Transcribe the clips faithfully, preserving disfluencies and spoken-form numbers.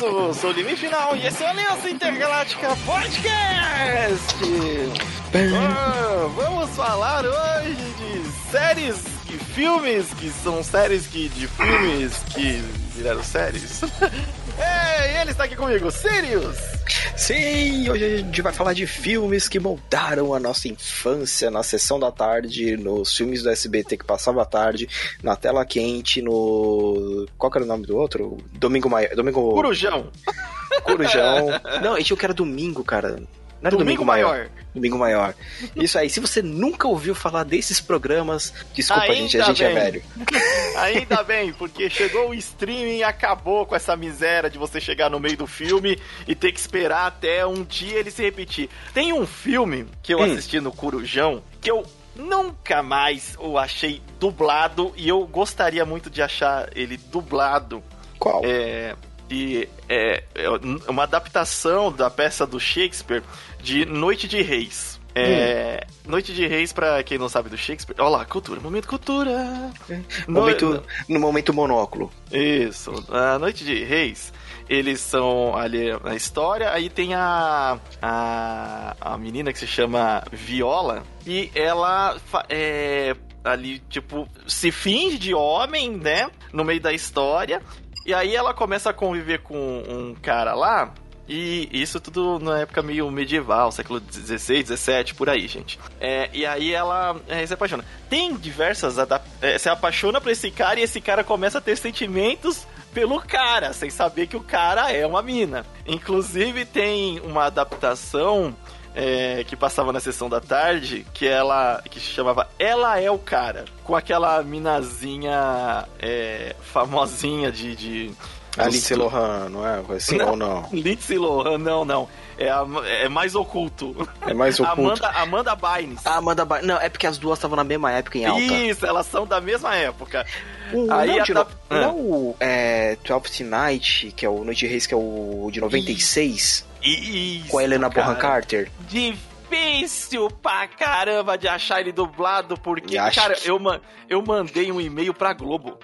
Eu sou o Limite Final e esse é o Aliança Intergaláctica Podcast! Oh, vamos falar hoje de séries e filmes, que são séries que, de filmes que viraram séries. É, e ele está aqui comigo, Sirius! Sim, hoje a gente vai falar de filmes que moldaram a nossa infância na sessão da tarde, nos filmes do S B T que passava à tarde, na tela quente, no... Qual que era o nome do outro? Domingo Maior... Domingo... Corujão! Corujão... Não, a gente que era domingo, cara... Não era Domingo, Domingo Maior. Maior. Domingo Maior. Isso aí, se você nunca ouviu falar desses programas, desculpa, Ainda gente, a gente bem. é velho. Ainda bem, porque chegou o streaming e acabou com essa miséria de você chegar no meio do filme e ter que esperar até um dia ele se repetir. Tem um filme que eu hum. assisti no Corujão que eu nunca mais o achei dublado e eu gostaria muito de achar ele dublado. Qual? É... E é, é uma adaptação da peça do Shakespeare de Noite de Reis. É, hum. Noite de Reis, pra quem não sabe do Shakespeare... Olha lá, cultura, momento cultura. Momento, no, no momento monóculo. Isso, a Noite de Reis, eles são ali na história, aí tem a, a, a menina que se chama Viola, e ela é, ali, tipo, se finge de homem, né, no meio da história. E aí ela começa a conviver com um cara lá, e isso tudo na época meio medieval, século dezesseis, dezessete, por aí, gente. É, e aí ela é, se apaixona. Tem diversas... Adap- é, se apaixona por esse cara e esse cara começa a ter sentimentos pelo cara, sem saber que o cara é uma mina. Inclusive tem uma adaptação... É, que passava na sessão da tarde, que ela que se chamava Ela é o Cara, com aquela minazinha é, famosinha de... de a Lindsay Lohan, não é? Assim, não, ou não? Lindsay Lohan, não, não. É, a, é mais oculto. É mais oculto. Amanda, Amanda Bynes. Ah, Amanda Bynes. Não, é porque as duas estavam na mesma época em alta. Isso, elas são da mesma época. O, Aí não, de adap... no... não o é, Twelfth Night, que é o Noite de Reis, que é o de noventa e seis. Isso, com a Helena cara. Bonham Carter. Difícil pra caramba de achar ele dublado, porque, Acho cara, que... eu, man... eu mandei um e-mail pra Globo.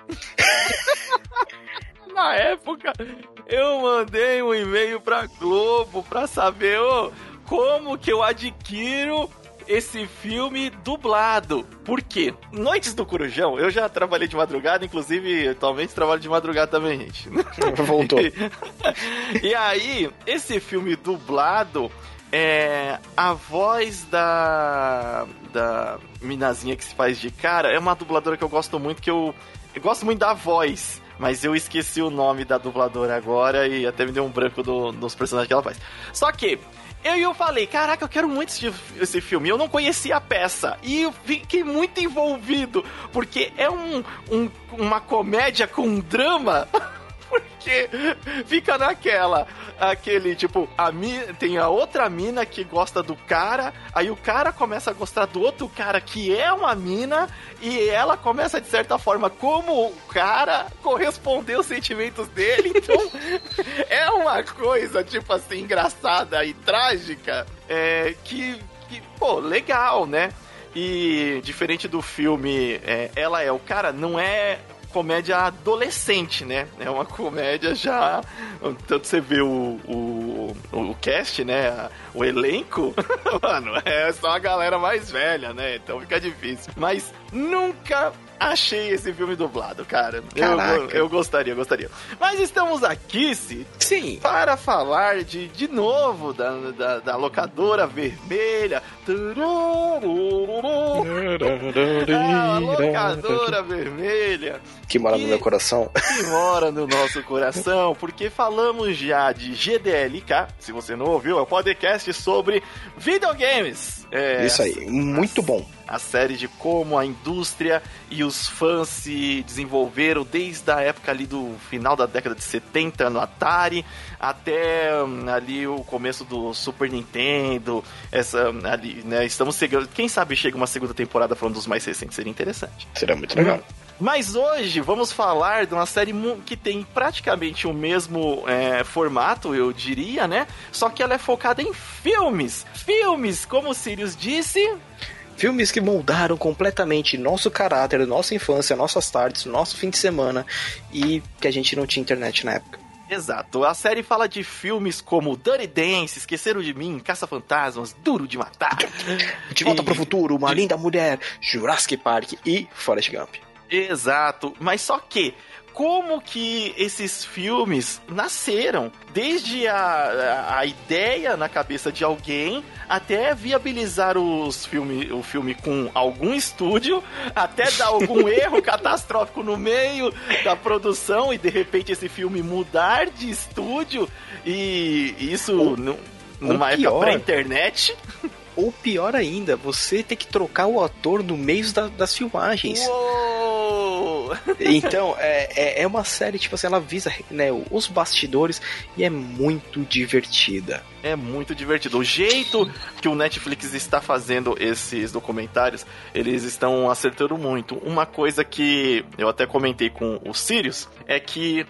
Na época, eu mandei um e-mail pra Globo pra saber oh, como que eu adquiro esse filme dublado. Por quê? Noites do Corujão, eu já trabalhei de madrugada, inclusive atualmente trabalho de madrugada também, gente. Voltou. E, e aí, esse filme dublado, é, a voz da, da minazinha que se faz de cara é uma dubladora que eu gosto muito, que eu, eu gosto muito da voz. Mas eu esqueci o nome da dubladora agora e até me deu um branco do, dos personagens que ela faz. Só que eu eu falei, caraca, eu quero muito assistir esse filme. Eu não conhecia a peça e eu fiquei muito envolvido, porque é um, um, uma comédia com drama. Porque fica naquela, aquele, tipo, a mina, tem a outra mina que gosta do cara, aí o cara começa a gostar do outro cara que é uma mina, e ela começa, de certa forma, como o cara, corresponder aos sentimentos dele. Então, é uma coisa, tipo assim, engraçada e trágica, é, que, que, pô, legal, né? E, diferente do filme é, Ela é o Cara, não é... comédia adolescente, né? É uma comédia já... Tanto você vê o, o, o cast, né? O elenco, mano, é só a galera mais velha, né? Então fica difícil. Mas nunca achei esse filme dublado, cara. Eu, eu gostaria, eu gostaria. Mas estamos aqui, Cid, sim, para falar de, de novo da, da, da locadora vermelha. A locadora vermelha. Que mora que, no meu coração. Que mora no nosso coração, porque falamos já de G D L K, se você não ouviu, é o um podcast sobre videogames. É, isso aí, muito bom. A série de como a indústria e os fãs se desenvolveram desde a época ali do final da década de setenta no Atari até ali o começo do Super Nintendo, essa ali, né, estamos chegando, quem sabe chega uma segunda temporada falando dos mais recentes, seria interessante. Será muito legal. Hum. Mas hoje vamos falar de uma série que tem praticamente o mesmo é, formato, eu diria, né? Só que ela é focada em filmes. Filmes, como o Sirius disse... Filmes que moldaram completamente nosso caráter, nossa infância, nossas tardes, nosso fim de semana e que a gente não tinha internet na época. Exato. A série fala de filmes como Dirty Dance, Esqueceram de Mim, Caça-Fantasmas, Duro de Matar. De Volta e... pro Futuro, Uma Linda Mulher, Jurassic Park e Forrest Gump. Exato. Mas só que... como que esses filmes nasceram? Desde a, a, a ideia na cabeça de alguém, até viabilizar os filme, o filme com algum estúdio, até dar algum erro catastrófico no meio da produção e de repente esse filme mudar de estúdio, e isso ou, no, numa ou época pré-internet. Ou pior ainda, você ter que trocar o ator no meio da, das filmagens. Uou! Então, é, é, é uma série, tipo assim, ela visa, né, os bastidores e é muito divertida. É muito divertido. O jeito que o Netflix está fazendo esses documentários, eles estão acertando muito. Uma coisa que eu até comentei com o Sirius é que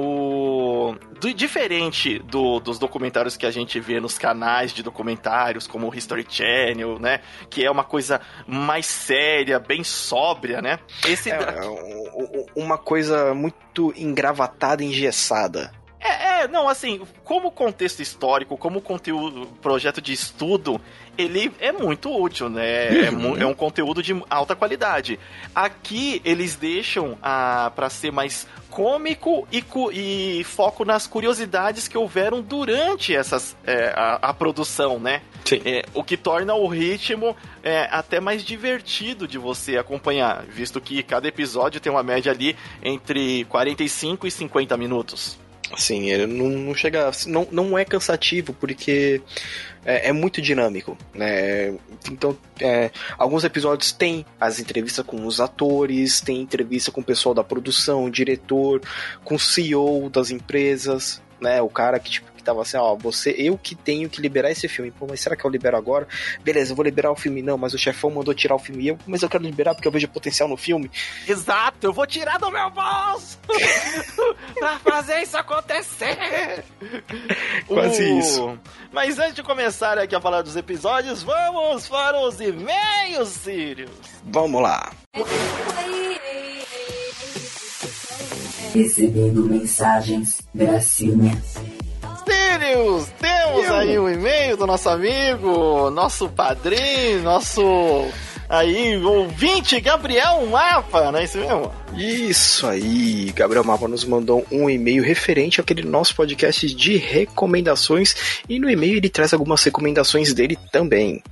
o do, diferente do, dos documentários que a gente vê nos canais de documentários, como o History Channel, né? Que é uma coisa mais séria, bem sóbria, né? Esse é, da... uma coisa muito engravatada, engessada. É, é, não, assim, como contexto histórico, como conteúdo, projeto de estudo, ele é muito útil, né? Uhum. É, mu- é um conteúdo de alta qualidade. Aqui, eles deixam ah, para ser mais cômico e, cu- e foco nas curiosidades que houveram durante essas, é, a, a produção, né? Sim. É, o que torna o ritmo é, até mais divertido de você acompanhar, visto que cada episódio tem uma média ali entre quarenta e cinco e cinquenta minutos. Sim, ele não, não chega. Não, não é cansativo, porque é, é muito dinâmico, né? Então, é, alguns episódios tem as entrevistas com os atores, tem entrevista com o pessoal da produção, o diretor, com o C E O das empresas, né? O cara que, tipo, que tava assim, ó, você, eu que tenho que liberar esse filme. Pô, mas será que eu libero agora? Beleza, eu vou liberar o filme. Não, mas o chefão mandou tirar o filme. Eu, mas eu quero liberar porque eu vejo potencial no filme. Exato, eu vou tirar do meu bolso pra fazer isso acontecer. Quase uh, isso. Mas antes de começar aqui a falar dos episódios, vamos para os e-mails, Sirius. Vamos lá. Recebendo mensagens, gracinha. Sirius, temos Eu. aí um e-mail do nosso amigo, nosso padrinho, nosso aí ouvinte, Gabriel Mapa, não é isso mesmo? Isso aí, Gabriel Mapa nos mandou um e-mail referente àquele nosso podcast de recomendações, e no e-mail ele traz algumas recomendações dele também.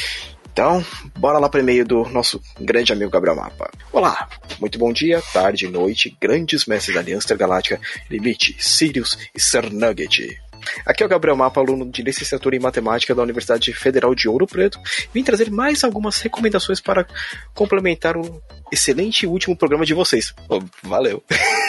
Então, bora lá para o e-mail do nosso grande amigo Gabriel Mapa. Olá, muito bom dia, tarde, noite, grandes mestres da Aliança Intergaláctica, Limite, Sirius e Cernugget. Aqui é o Gabriel Mapa, aluno de licenciatura em Matemática da Universidade Federal de Ouro Preto. Vim trazer mais algumas recomendações para complementar o excelente último programa de vocês. Oh, valeu!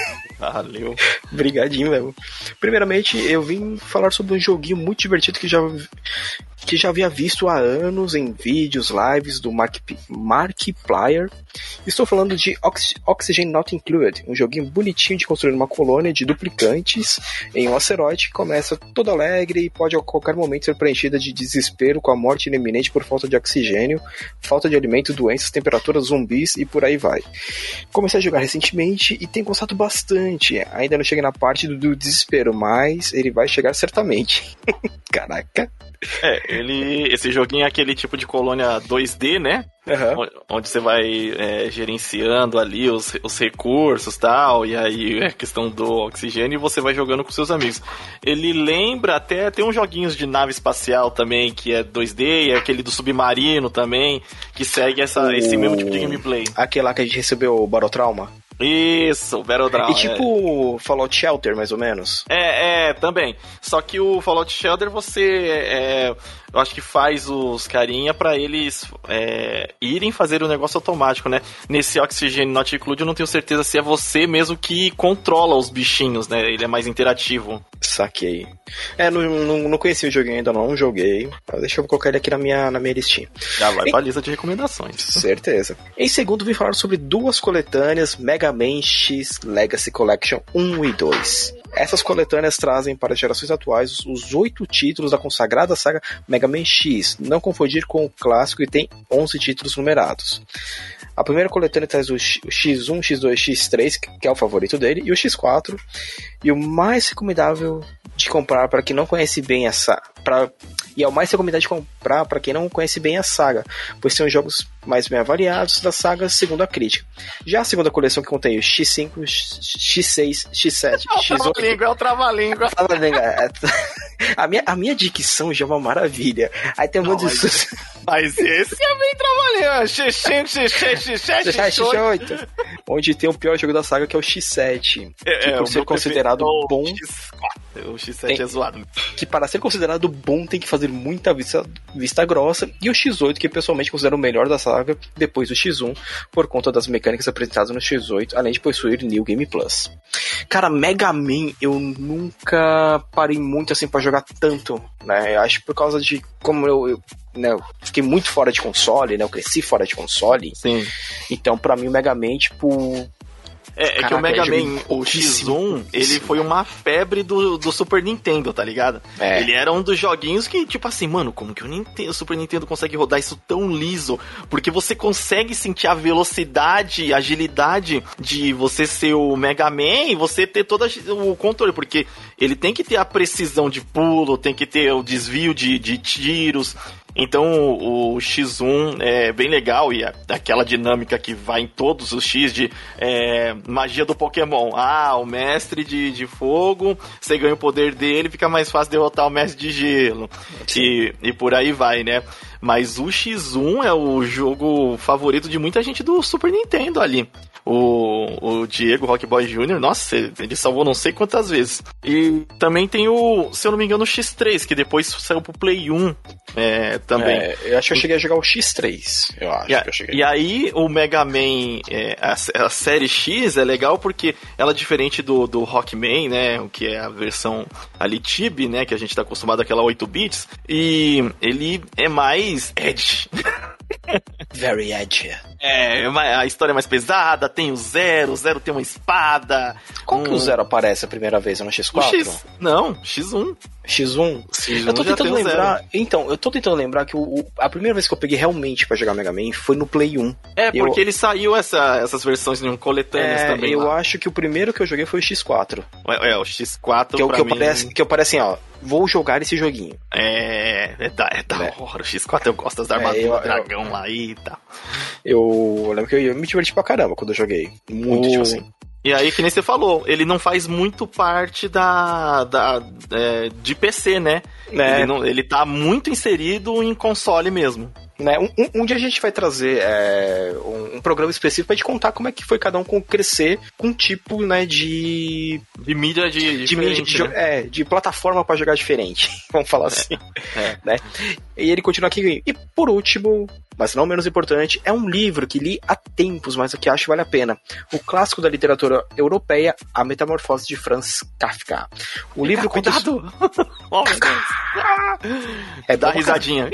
Valeu! Obrigadinho, mesmo. Primeiramente, eu vim falar sobre um joguinho muito divertido que já... que já havia visto há anos em vídeos, lives do Mark, Markiplier. Estou falando de Ox- Oxygen Not Included, um joguinho bonitinho de construir uma colônia de duplicantes em um asteroide que começa todo alegre e pode a qualquer momento ser preenchida de desespero com a morte iminente por falta de oxigênio, falta de alimento, doenças, temperaturas, zumbis e por aí vai. Comecei a jogar recentemente e tenho gostado bastante. Ainda não cheguei na parte do, do desespero, mas ele vai chegar certamente. Caraca! É, ele, esse joguinho é aquele tipo de colônia dois D, né? Uhum. Onde você vai é, gerenciando ali os, os recursos e tal, e aí é questão do oxigênio, e você vai jogando com seus amigos. Ele lembra até, tem uns joguinhos de nave espacial também, que é dois D, e é aquele do submarino também, que segue essa, o... esse mesmo tipo de gameplay. Aquele lá que a gente recebeu, o Battle Trauma. Isso, o Battleground. E tipo é. Fallout Shelter, mais ou menos. É, é, também. Só que o Fallout Shelter, você, é, eu acho que faz os carinha pra eles é, irem fazer o negócio automático, né? Nesse Oxygen Not Included, eu não tenho certeza se é você mesmo que controla os bichinhos, né? Ele é mais interativo. Saquei. É, não, não, não conheci o joguinho ainda, não joguei. Deixa eu colocar ele aqui na minha, na minha listinha. Já vai em... pra lista de recomendações. Certeza. Em segundo, vim falar sobre duas coletâneas Mega Man X Legacy Collection um e dois. Essas coletâneas trazem para as gerações atuais os oito títulos da consagrada saga Mega Man X, não confundir com o clássico, que tem onze títulos numerados. A primeira coletânea traz o, X, o X um, X dois, X três, que é o favorito dele, e o X quatro. E o mais recomendável de comprar para quem não conhece bem essa... Pra, e é o mais recomendado de comprar para quem não conhece bem a saga, pois são os jogos mais bem avaliados da saga segundo a crítica. Já a segunda coleção, que contém o X cinco, X seis, X sete, X oito... É o trava-língua, é o trava-língua. A minha, a minha dicção já é uma maravilha. Aí tem um monte de... Mas, mas esse é bem trabalhando. X cinco, X seis, X sete, X oito. Onde tem o pior jogo da saga, que é o X sete. É, que é, por ser considerado bom... X quatro. O X sete tem, é zoado. Que para ser considerado bom tem que fazer muita vista, vista grossa. E o X oito, que pessoalmente considero o melhor da saga, depois do X um, por conta das mecânicas apresentadas no X oito, além de possuir New Game Plus. Cara, Mega Man eu nunca parei muito assim pra jogar tanto, né? Eu acho por causa de como eu, eu, né, eu fiquei muito fora de console, né? Eu cresci fora de console. Sim. Então, pra mim, o Mega Man, tipo... É, é que o Mega Man, o X um, ele foi uma febre do, do Super Nintendo, tá ligado? É. Ele era um dos joguinhos que, tipo assim, mano, como que o, Nintendo, o Super Nintendo consegue rodar isso tão liso? Porque você consegue sentir a velocidade, a agilidade de você ser o Mega Man e você ter todo o controle, porque ele tem que ter a precisão de pulo, tem que ter o desvio de, de tiros. Então o X um é bem legal e aquela dinâmica que vai em todos os X de é, magia do Pokémon. Ah, o mestre de, de fogo, você ganha o poder dele, fica mais fácil derrotar o mestre de gelo. E, e por aí vai, né? Mas o X um é o jogo favorito de muita gente do Super Nintendo ali. O, o Diego Rockboy Júnior, nossa, ele salvou não sei quantas vezes. E também tem o, se eu não me engano, o X três, que depois saiu pro Play um é, também. É, eu acho que eu cheguei a jogar o X três, eu acho e, que eu cheguei. E aí, o Mega Man, é, a, a série X é legal porque ela é diferente do, do Rockman, né, o que é a versão ali Tibi, né, que a gente tá acostumado àquela oito bits, e ele é mais edge. Very edgy. É, a história é mais pesada, tem o Zero, o Zero tem uma espada. Qual um... que o Zero aparece a primeira vez? É no X quatro? O X... Não, X um. X um? X um eu tô tentando lembrar. Zero. Então, eu tô tentando lembrar que o, o, a primeira vez que eu peguei realmente pra jogar Mega Man foi no Play um. É, porque eu... ele saiu essa, essas versões em coletâneas é, também. Eu lá. acho que o primeiro que eu joguei foi o X quatro. É, é o X quatro que, pra que, mim... eu parece, que eu parece assim, ó. Vou jogar esse joguinho. É, é da, é da é. hora. O X quatro eu gosto das armaduras, é, eu, dragão eu, lá e tal. Eu, eu lembro que eu, eu me diverti pra caramba quando eu joguei. Muito, o... tipo assim. E aí, que nem você falou, ele não faz muito parte da, da é, de P C, né? É. Ele, não, ele tá muito inserido em console mesmo. Né? Um, um, um dia a gente vai trazer é, um, um programa específico pra gente contar como é que foi cada um com crescer com um tipo, né, de... De mídia de, de, mídia, de, né? é, de plataforma pra jogar diferente, vamos falar assim. É, é. Né? E ele continua aqui. E por último, mas não menos importante, é um livro que li há tempos, mas que acho que vale a pena. O clássico da literatura europeia, A Metamorfose de Franz Kafka. O é, livro conta... Cuidado! Oh, é, dá risadinha.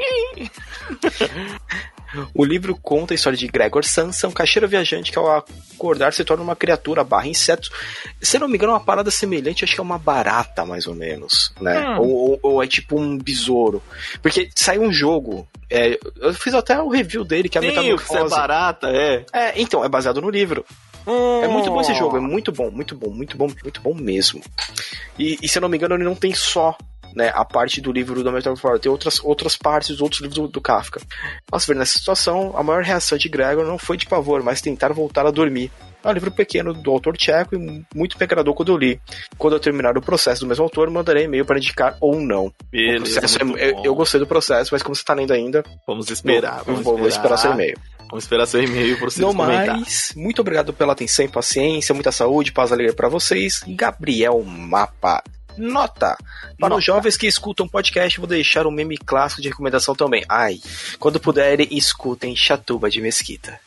O livro conta a história de Gregor Samsa, um caixeiro viajante que ao acordar se torna uma criatura barra inseto. Se não me engano, é uma parada semelhante, acho que é uma barata, mais ou menos, né? Hum. Ou, ou, ou é tipo um besouro. Porque saiu um jogo, é, eu fiz até o review dele, que é a Metamorfose. Sim, é barata, é. É, então, é baseado no livro. Hum. É muito bom esse jogo, é muito bom, muito bom, muito bom, muito bom mesmo. E, e se eu não me engano, ele não tem só, né, a parte do livro do Metamorfose, tem outras, outras partes, outros livros do, do Kafka. Ao se ver nessa situação, a maior reação de Gregor não foi de pavor, mas tentar voltar a dormir. É um livro pequeno do autor tcheco e muito me agradou quando eu li. Quando eu terminar o processo do mesmo autor, mandarei e-mail para indicar ou não. Beleza, é, eu, eu gostei do processo, mas como você está lendo ainda... Vamos esperar. Não, vamos vou, vou esperar seu e-mail. Vamos esperar seu e-mail para você não comentar. Mais, muito obrigado pela atenção e paciência, muita saúde, paz e alegria para vocês. Gabriel Mapa. Nota! Para Nota. Os jovens que escutam podcast, vou deixar um meme clássico de recomendação também. Ai, quando puderem, escutem Chatuba de Mesquita.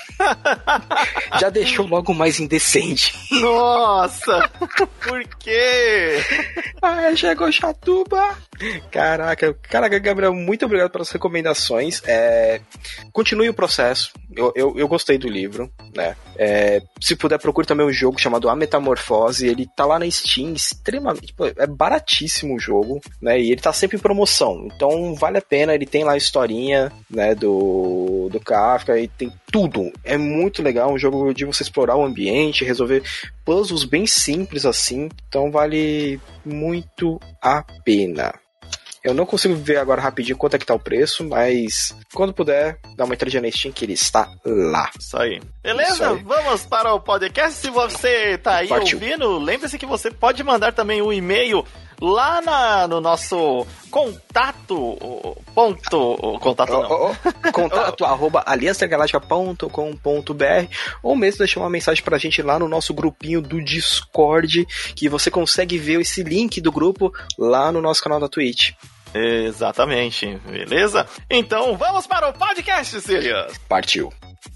Já deixou logo mais indecente. Nossa! Por quê? Ai, chegou Chatuba. Caraca, caraca, Gabriel, muito obrigado pelas recomendações. É, continue o processo. Eu, eu, eu gostei do livro, né? É, se puder, procure também um jogo chamado A Metamorfose. Ele tá lá na Steam, extremamente. Tipo, é baratíssimo o jogo, né? E ele tá sempre em promoção. Então vale a pena. Ele tem lá a historinha, né? Do, do Kafka e tem tudo. É muito legal. Um jogo de você explorar o ambiente, resolver puzzles bem simples assim. Então vale muito a pena. Eu não consigo ver agora rapidinho quanto é que tá o preço, mas quando puder, dá uma entradinha na Steam que ele está lá. Isso aí. Beleza? Isso aí. Vamos para o podcast. Se você tá aí Partiu. ouvindo, lembre-se que você pode mandar também um e-mail lá na, no nosso contato, ponto, contato não. Oh, oh, oh. Contato arroba aliança galáctica ponto com ponto b r ou mesmo deixar uma mensagem pra gente lá no nosso grupinho do Discord, que você consegue ver esse link do grupo lá no nosso canal da Twitch. Exatamente, beleza? Então vamos para o podcast, Sirius. Partiu.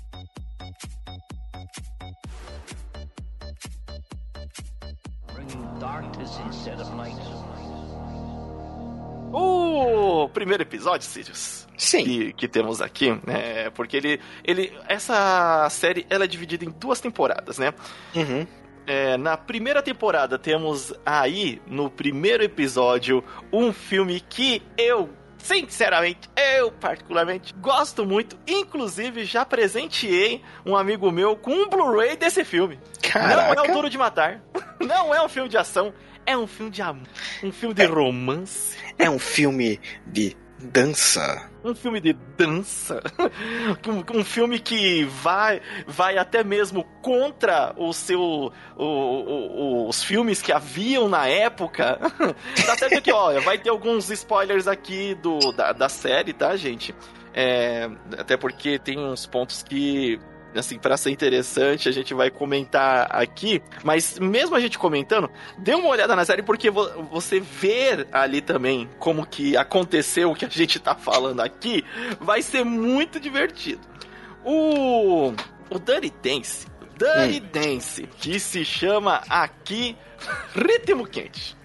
O primeiro episódio, Sirius, Sim. que, que temos aqui, né? Porque ele, ele, essa série, ela é dividida em duas temporadas, né? Uhum. É, na primeira temporada temos aí, no primeiro episódio, um filme que eu, sinceramente, eu particularmente gosto muito. Inclusive, já presenteei um amigo meu com um Blu-ray desse filme. Caraca. Não é o Duro de Matar. Não é um filme de ação. É um filme de amor. Um filme de É. romance. É um filme de dança. Um filme de dança. Um, um filme que vai, vai até mesmo contra o seu, o, o, os filmes que haviam na época. Tá certo que, olha, vai ter alguns spoilers aqui do, da, da série, tá, gente? É, até porque tem uns pontos que, assim, pra ser interessante, a gente vai comentar aqui, mas mesmo a gente comentando, dê uma olhada na série, porque vo- você ver ali também como que aconteceu o que a gente tá falando aqui, vai ser muito divertido. O, o Dirty Dance, Dirty Hum. Dance, que se chama aqui Ritmo Quente.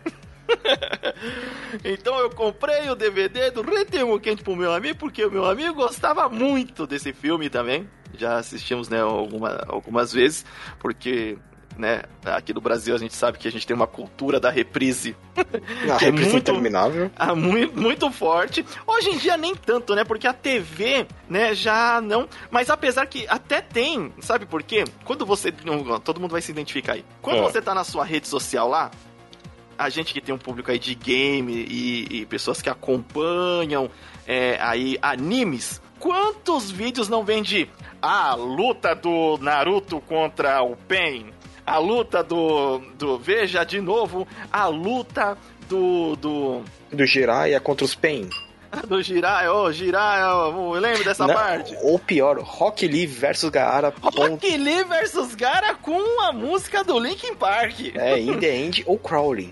Então eu comprei o D V D do Ritmo Quente pro meu amigo, porque o meu amigo gostava muito desse filme também. Já assistimos, né, alguma, algumas vezes, porque, né, aqui no Brasil a gente sabe que a gente tem uma cultura da reprise. A que é reprise muito- interminável. Ah, muito, muito forte. Hoje em dia nem tanto, né? Porque a T V, né, já não... Mas apesar que até tem, sabe por quê? Quando você... Todo mundo vai se identificar aí. Quando É. você tá na sua rede social lá, a gente que tem um público aí de game e, e pessoas que acompanham é, aí animes, quantos vídeos não vem de a luta do Naruto contra o Pain, a luta do, do veja de novo, a luta do do, Do Jiraiya contra os Pain. do Jiraiya, ô Jiraiya, eu lembro dessa Não, parte. ou pior, Rock Lee versus Gaara. ponto- Rock Lee versus Gaara com a música do Linkin Park. É, In The End ou Crawling.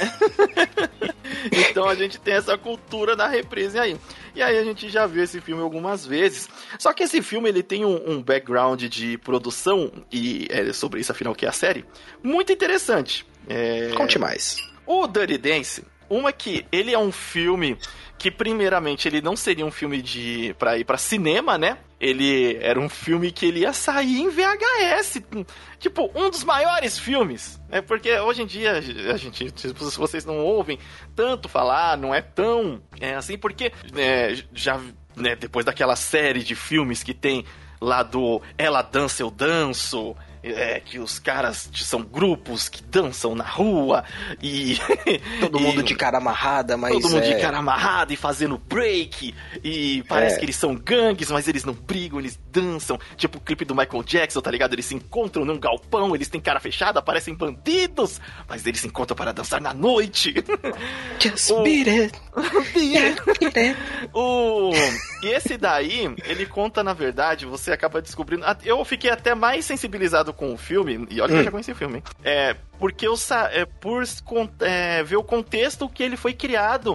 Então a gente tem essa cultura da reprise aí. E aí a gente já viu esse filme algumas vezes. Só que esse filme ele tem um, um background de produção, e é sobre isso afinal que é a série, muito interessante. É... Conte mais. O Dirty Dance, uma que ele é um filme que primeiramente ele não seria um filme de pra ir pra cinema, né? Ele era um filme que ele ia sair em V H S. Tipo, um dos maiores filmes. É porque hoje em dia, a gente, se vocês não ouvem tanto falar, não é tão é, assim, porque é, já, né, depois daquela série de filmes que tem lá do Ela Dança, Eu Danço, é, que os caras são grupos que dançam na rua e... Todo e- mundo de cara amarrada, mas Todo mundo é... de cara amarrado e fazendo break. E parece É. que eles são gangues, mas eles não brigam, eles dançam. Tipo o clipe do Michael Jackson, tá ligado? Eles se encontram num galpão, eles têm cara fechada, parecem bandidos, mas eles se encontram para dançar na noite. Just O- beat it. Beat it. O... E esse daí, ele conta, na verdade, você acaba descobrindo... Eu fiquei até mais sensibilizado com o filme, e olha que eu já conheci o filme, hein? É, porque eu sa... é, por con- é, ver o contexto que ele foi criado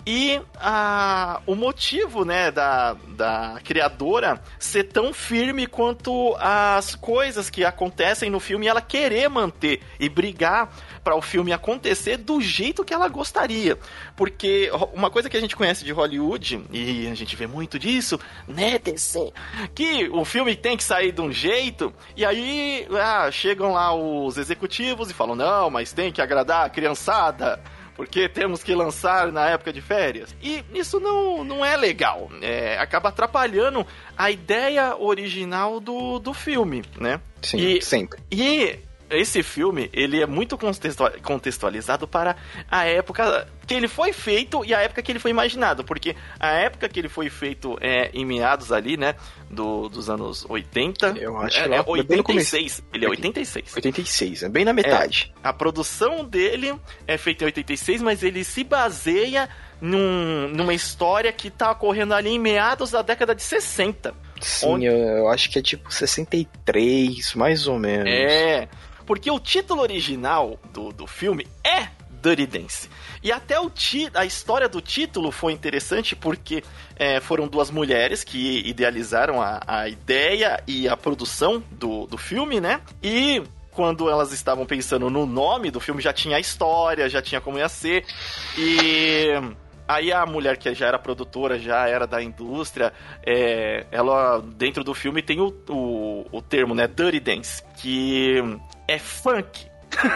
e a, o motivo, né, da, da criadora ser tão firme quanto as coisas que acontecem no filme e ela querer manter e brigar para o filme acontecer do jeito que ela gostaria. Porque uma coisa que a gente conhece de Hollywood, e a gente vê muito disso, né, D C, que o filme tem que sair de um jeito, e aí ah, chegam lá os executivos e falam, não, mas tem que agradar a criançada, porque temos que lançar na época de férias. E isso não, não é legal. É, acaba atrapalhando a ideia original do, do filme, né? Sim, e, sempre. E esse filme, ele é muito contextualizado para a época que ele foi feito e a época que ele foi imaginado, porque a época que ele foi feito é em meados ali, né, do, dos anos oitenta. Eu acho é, que lá, é oitenta e seis. Ele é oitenta e seis. oitenta e seis, é bem na metade. É, a produção dele é feita em oitenta e seis, mas ele se baseia num, numa história que tá ocorrendo ali em meados da década de sessenta. Sim, onde... eu, eu acho que é tipo sessenta e três, mais ou menos. É, porque o título original do, do filme é Dirty Dance. E até o ti- a história do título foi interessante porque é, foram duas mulheres que idealizaram a, a ideia e a produção do, do filme, né? E quando elas estavam pensando no nome do filme, já tinha a história, já tinha como ia ser. E aí a mulher que já era produtora, já era da indústria, é, ela, dentro do filme, tem o, o, o termo, né, Dirty Dance, que é funk.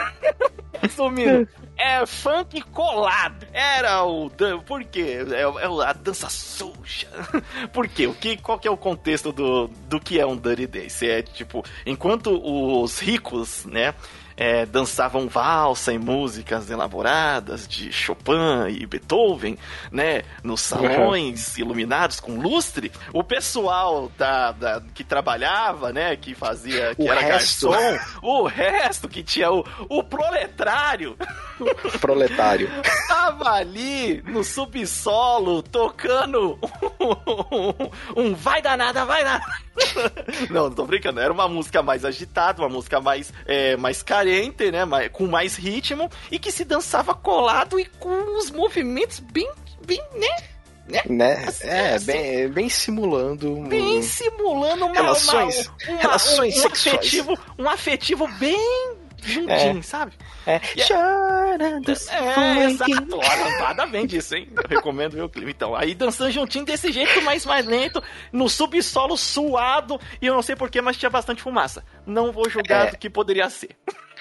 Resumindo, é funk colado. Era o... Por quê? É, é a dança suja. Por quê? O que, qual que é o contexto do, do que é um Dirty Dance? É tipo, enquanto os ricos, né, É, dançavam valsa e músicas elaboradas de Chopin e Beethoven, né, nos salões uhum. iluminados com lustre, o pessoal da, da, que trabalhava, né, que fazia, que o era resto. garçom, o resto que tinha o, o proletário, proletário, tava ali no subsolo tocando um, um vai danada, vai danada. Não, não tô brincando, era uma música mais agitada, uma música mais, é, mais carente, né, mais, com mais ritmo, e que se dançava colado e com os movimentos bem, bem, né, né? né? Assim, é, assim, bem, bem simulando... Bem simulando uma... Relações, uma, uma, relações um, um sexuais. Afetivo, um afetivo bem juntinho, é. sabe? É, chorando, é, exato, olha, nada bem disso, hein? Eu recomendo ver o clipe. Então, aí dançando juntinho desse jeito, mais mais lento, no subsolo suado, e eu não sei porquê, mas tinha bastante fumaça. Não vou julgar é. do que poderia ser.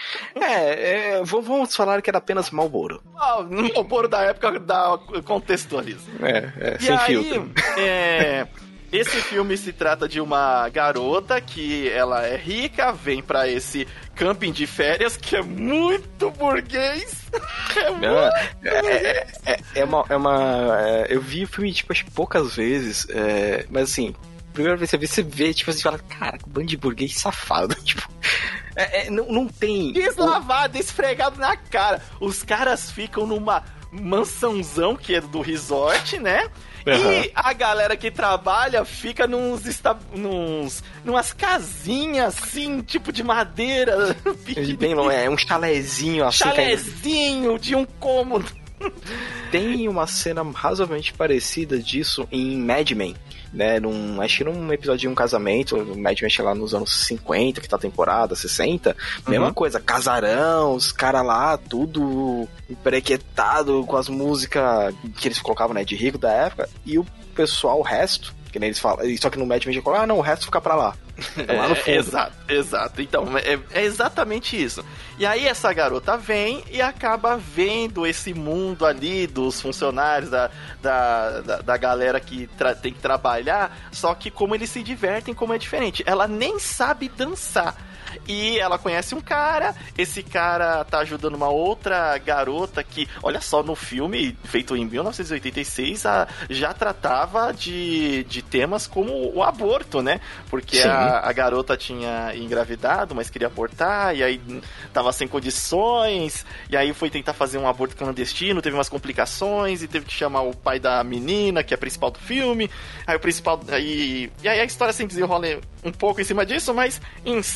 É, é, vamos falar que era apenas Marlboro. Ah, Marlboro da época da contextualiza. É, é e sem aí, filtro. É... Esse filme se trata de uma garota que ela é rica, vem pra esse camping de férias que é muito burguês. É, muito é, é, é uma, é uma é, eu vi o filme tipo acho, poucas vezes, é, mas assim, primeira vez que você vê, você vê, tipo, você fala, cara, que bando de burguês safado, tipo, é, é, não, não tem... Deslavado, esfregado na cara. Os caras ficam numa mansãozão que é do resort, né? Uhum. E a galera que trabalha fica nos, esta... nos numas casinhas assim, tipo de madeira. Bem longe, é um chalezinho assim. Chalezinho de um cômodo. Tem uma cena razoavelmente parecida disso em Mad Men, né? Num, acho que num episódio de um casamento, Mad Men lá nos anos cinquenta, que tá a temporada, sessenta, uhum. Mesma coisa, casarão, os caras lá, tudo emprequetado com as músicas que eles colocavam, né, de rico da época, e o pessoal, o resto, que nem eles falam, só que no Mad Men já coloca, ah, não, o resto fica pra lá. É lá no fundo. É, exato, exato. Então, é, é exatamente isso. E aí essa garota vem e acaba vendo esse mundo ali dos funcionários, da, da, da, da galera que tra- tem que trabalhar, só que como eles se divertem, como é diferente. Ela nem sabe dançar. E ela conhece um cara, esse cara tá ajudando uma outra garota que, olha só, no filme feito em mil novecentos e oitenta e seis, a, já tratava de, de temas como o aborto, né? Porque a, a garota tinha engravidado, mas queria abortar, e aí tava sem condições, e aí foi tentar fazer um aborto clandestino, teve umas complicações, e teve que chamar o pai da menina, que é a principal do filme, aí o principal... Aí, e aí a história se desenrola um pouco em cima disso, mas em si a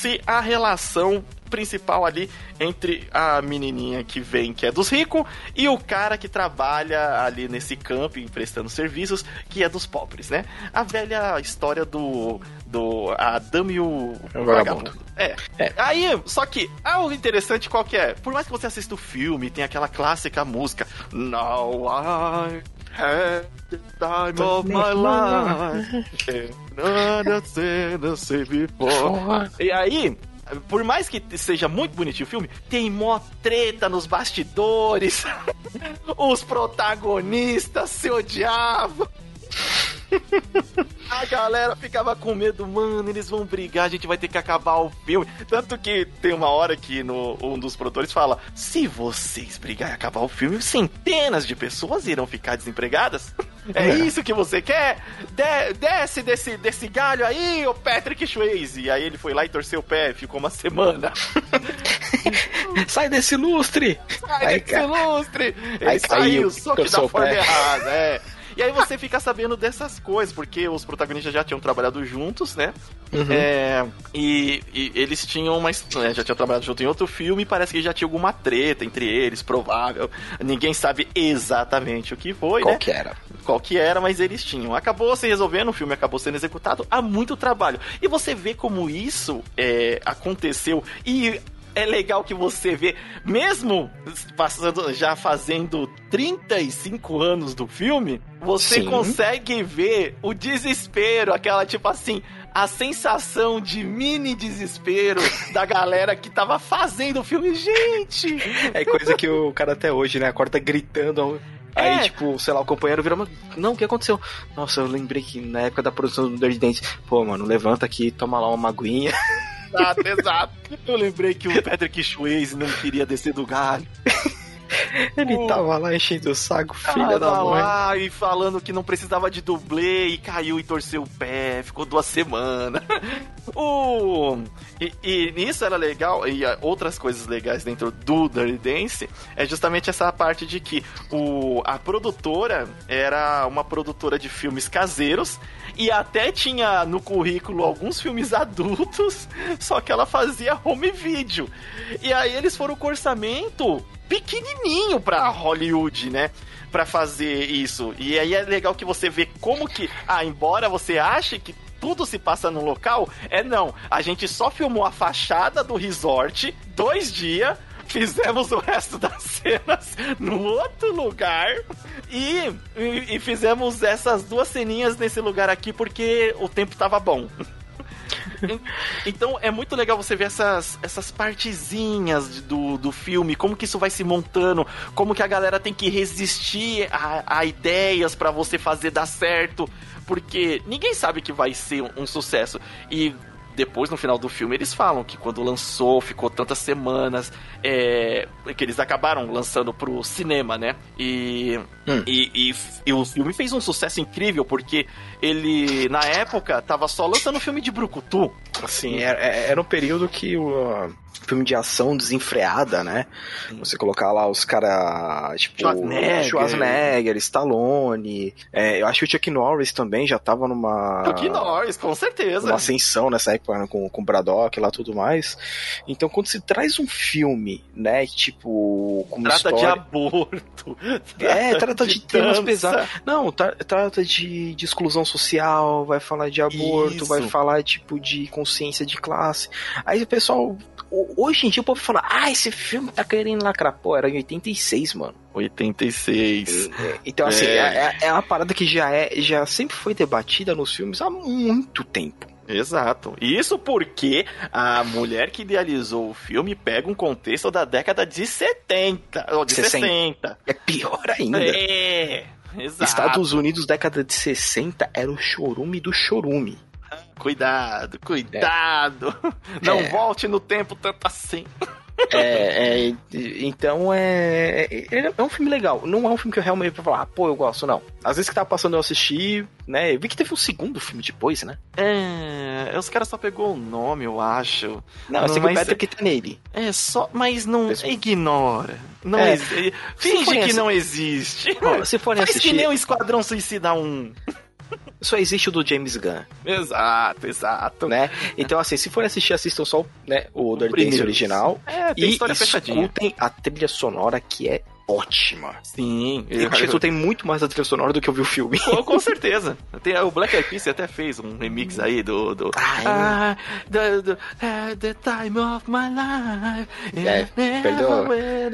relação principal ali entre a menininha que vem, que é dos ricos, e o cara que trabalha ali nesse camping prestando serviços, que é dos pobres, né? A velha história do do a dama e o, o vagabundo. É. é. Aí, só que ah, o interessante qual que é? Por mais que você assista o filme, tem aquela clássica música Now I had the time of my life, nada sendo before. E aí, por mais que seja muito bonitinho o filme, tem mó treta nos bastidores. Os protagonistas se odiavam. A galera ficava com medo, mano, eles vão brigar, a gente vai ter que acabar o filme. Tanto que tem uma hora que no, um dos produtores fala: se vocês brigarem e acabar o filme, centenas de pessoas irão ficar desempregadas. É, é. Isso que você quer? De, desce desse, desse galho aí, ô Patrick Swayze. E aí ele foi lá e torceu o pé, ficou uma semana. Sai desse lustre! Sai aí, desse lustre! Ele aí saiu, só que da forma errada, é. E aí você fica sabendo dessas coisas, porque os protagonistas já tinham trabalhado juntos, né? Uhum. É, e, e eles tinham uma... Né, já tinham trabalhado junto em outro filme e parece que já tinha alguma treta entre eles, provável. Ninguém sabe exatamente o que foi, Qual né? que era. Qual que era, mas eles tinham. Acabou se resolvendo, o filme acabou sendo executado. Há muito trabalho. E você vê como isso é, aconteceu. E... é legal que você vê, mesmo passando, já fazendo trinta e cinco anos do filme, você Sim. consegue ver o desespero, aquela tipo assim, a sensação de mini desespero da galera que tava fazendo o filme. Gente! É coisa que o cara até hoje, né, acorda gritando... Aí, é. tipo, sei lá, o companheiro vira, mas não, o que aconteceu? Nossa, eu lembrei que na época da produção do Dirty Dance, pô, mano, levanta aqui, toma lá uma aguinha. Exato, exato. Eu lembrei que o Patrick Swayze não queria descer do galho. Ele uh, tava lá enchendo o saco, filha da mãe. Lá e falando que não precisava de dublê e caiu e torceu o pé, ficou duas semanas. uh, e, e nisso era legal, e outras coisas legais dentro do Dirty Dance, é justamente essa parte de que o, a produtora era uma produtora de filmes caseiros e até tinha no currículo alguns filmes adultos, só que ela fazia home video. E aí eles foram com orçamento pequenininho pra Hollywood, né? Pra fazer isso. E aí é legal que você vê como que, ah, embora você ache que tudo se passa no local, é não. A gente só filmou a fachada do resort, dois dias, fizemos o resto das cenas no outro lugar e, e, e fizemos essas duas ceninhas nesse lugar aqui porque o tempo tava bom. Então é muito legal você ver essas, essas partezinhas do, do filme, como que isso vai se montando, como que a galera tem que resistir a, a ideias pra você fazer dar certo, porque ninguém sabe que vai ser um, um sucesso. E depois, no final do filme, eles falam que quando lançou, ficou tantas semanas, é, que eles acabaram lançando pro cinema, né? E, hum. e, e, e o filme fez um sucesso incrível, porque ele, na época, tava só lançando filme de brucutu. Assim, era, era um período que o... filme de ação desenfreada, né? Você colocar lá os caras, tipo... Schwarzenegger. Schwarzenegger, Stallone... É, eu acho que o Chuck Norris também já tava numa... Chuck Norris, com certeza. Uma ascensão nessa época, né, com, com o Braddock lá e tudo mais. Então, quando se traz um filme, né, tipo... Com trata história... de aborto. É, trata de, de temas dança. pesados. Não, tra- trata de, de exclusão social, vai falar de aborto, Isso. vai falar, tipo, de consciência de classe. Aí o pessoal... Hoje em dia o povo fala, ah, esse filme tá querendo lacrar. Pô, era em oitenta e seis, mano. oitenta e seis. Então, assim, é, é, é uma parada que já, é, já sempre foi debatida nos filmes há muito tempo. Exato. Isso porque a mulher que idealizou o filme pega um contexto da década de setenta, ou de sessenta. É pior ainda. É, exato. Estados Unidos, década de sessenta, era o chorume do chorume. Cuidado, cuidado. É. Não é. volte no tempo tanto assim. É, é, então é, é. É um filme legal. Não é um filme que eu realmente vou falar, ah, pô, eu gosto, não. Às vezes que tava passando eu assisti, né? Eu vi que teve um segundo filme depois, né? É. Os caras só pegou o nome, eu acho. Não, eu sei que o Patrick tá nele. É só. Mas não. Mas... ignora. Não é. existe. Finge que assim... não existe. Não, se forem Faz assistir. que nem o Esquadrão Suicida um. só existe o do James Gunn. Exato, exato. Né? Então, assim, se for assistir, assistam só, né, o Dirty Dancing original. É, tem e história fechadinha. Escutem a trilha sonora, que é ótima. Sim. Eu acho que tu tem muito mais a trilha sonora do que eu vi o filme. Com, com certeza. Tem, o Black Eyed Peas até fez um remix aí do... do ah, the, the, uh, the time of my life. É, perdoa.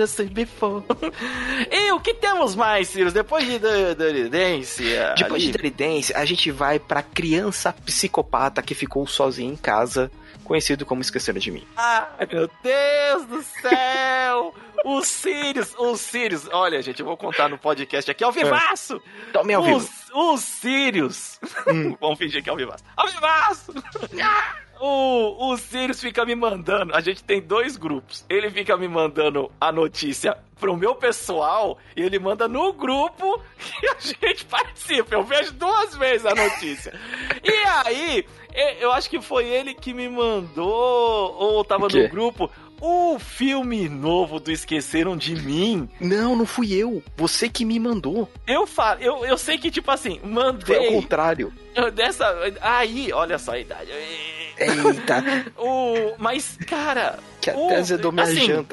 E o que temos mais, Sirius? Depois de Dirty Dance... Depois ali... de Dirty Dance, a gente vai pra criança psicopata que ficou sozinha em casa, conhecido como Esqueceram de Mim. Ai, meu Deus do céu! O Sirius, o Sirius, olha, gente, eu vou contar no podcast aqui ao vivaço! Tome ao vivo. O, o Sirius, hum. Vamos fingir que é ao vivaço. Ao vivaço! O, o Sirius fica me mandando, a gente tem dois grupos, ele fica me mandando a notícia pro meu pessoal e ele manda no grupo que a gente participa. Eu vejo duas vezes a notícia. E aí, eu acho que foi ele que me mandou, ou tava no grupo, o filme novo do Esqueceram de Mim. Não, não fui eu. Você que me mandou. Eu falo, eu, eu sei que, tipo assim, mandei. Foi ao contrário. Dessa. Aí, olha só a idade. Eita. o, mas, cara. Que até azedou minha assim, janta.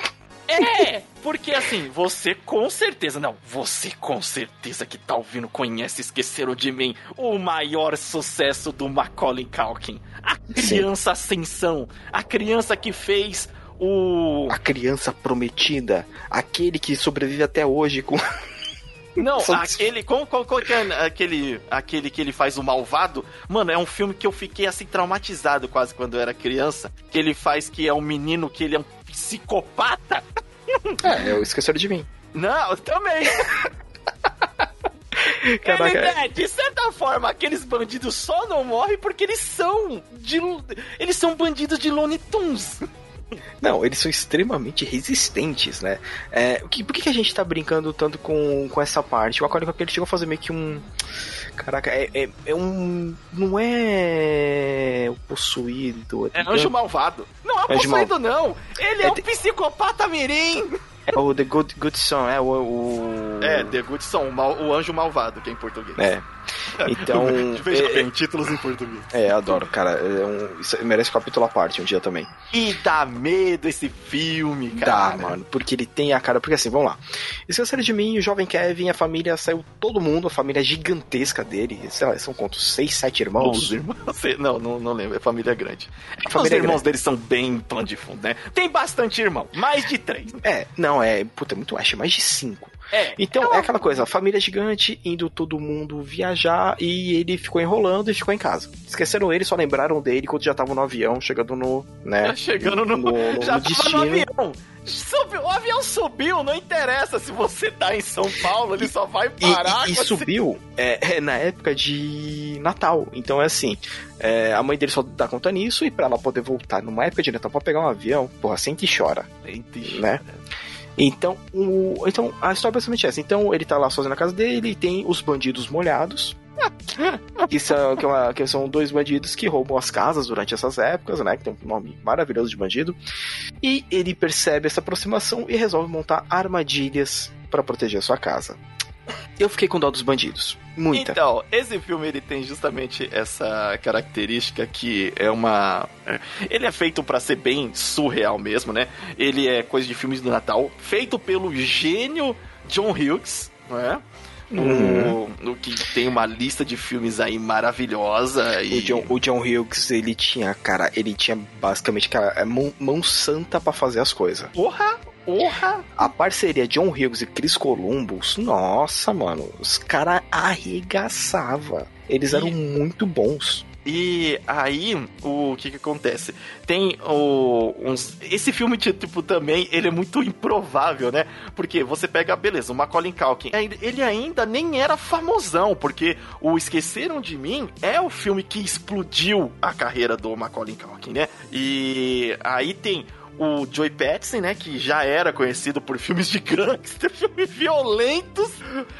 É, porque assim, você com certeza, não, você com certeza que tá ouvindo, conhece Esqueceram de Mim, o maior sucesso do Macaulay Culkin. A criança Sim. Ascensão, a criança que fez o... A criança prometida, aquele que sobrevive até hoje com... Não, aquele, qual, qual, qual que é aquele, aquele que ele faz o malvado? Mano, é um filme que eu fiquei assim traumatizado quase quando eu era criança, que ele faz que é um menino que ele é um psicopata. É, eu Esqueceram de Mim. Não, também. Caraca. Ele, é, de certa forma, aqueles bandidos só não morrem porque eles são de, eles são bandidos de Looney Tunes. Não, eles são extremamente resistentes, né? É, que, por que, que a gente tá brincando tanto com, com essa parte? O Macaulay Culkin chegou a fazer meio que um... Caraca, é, é, é um... Não é... o possuído... É anjo malvado. Não é o possuído, não. Ele é, é um de... psicopata mirim. É o The Good, Good Son, é o... o... É, The Good Son, o, mal, o anjo malvado, que é em português. É. Então... Veja é, bem, títulos em português. É, adoro, cara. É um, isso merece capítulo à parte um dia também. E dá medo esse filme, cara. Dá, mano, porque ele tem a cara... Porque assim, vamos lá. Esqueceram de Mim, o jovem Kevin, a família saiu todo mundo, a família gigantesca dele. Sei lá, são quantos? Seis, sete irmãos? Os irmãos? Não, não, não lembro. É família grande. A família Os irmãos grande. deles são bem plano de fundo, né? Tem bastante irmão. Mais de três. É, não, é... Puta, é muito acho, mais de cinco. É, então, é, uma... é aquela coisa, a família gigante, indo todo mundo viajar, e ele ficou enrolando e ficou em casa. Esqueceram ele, só lembraram dele quando já tava no avião, chegando no, né? Já chegando no, no, no já no destino. No avião. Subiu, o avião subiu, não interessa se você tá em São Paulo, ele e, só vai parar. E, e, e subiu é, é, na época de Natal, então é assim, é, a mãe dele só dá conta nisso, e pra ela poder voltar numa época de Natal pra pegar um avião, porra, sente e chora. Sente e chora. Né? Então, o, então, a história é basicamente essa. Então, ele tá lá sozinho na casa dele e tem os bandidos molhados. que, são, que, é uma, que são dois bandidos que roubam as casas durante essas épocas, né? Que tem um nome maravilhoso de bandido. E ele percebe essa aproximação e resolve montar armadilhas para proteger a sua casa. Eu fiquei com dó dos bandidos. Muita. Então, esse filme ele tem justamente essa característica que é uma... Ele é feito pra ser bem surreal mesmo, né? Ele é coisa de filmes do Natal, feito pelo gênio John Hughes, né? Uhum. O, o que tem uma lista de filmes aí maravilhosa. E... O, John, o John Hughes, ele tinha, cara, ele tinha basicamente, cara, mão, mão santa pra fazer as coisas. Porra! Porra! A parceria John Hughes e Chris Columbus, nossa, mano, os caras arregaçavam. Eles e... eram muito bons. E aí, o que que acontece? Tem o, uns... Esse filme, tipo, também, ele é muito improvável, né? Porque você pega, beleza, o Macaulay Culkin, ele ainda nem era famosão, porque o Esqueceram de Mim é o filme que explodiu a carreira do Macaulay Culkin, né? E aí tem... o Joey Pesci, né, que já era conhecido por filmes de gangster, filmes violentos,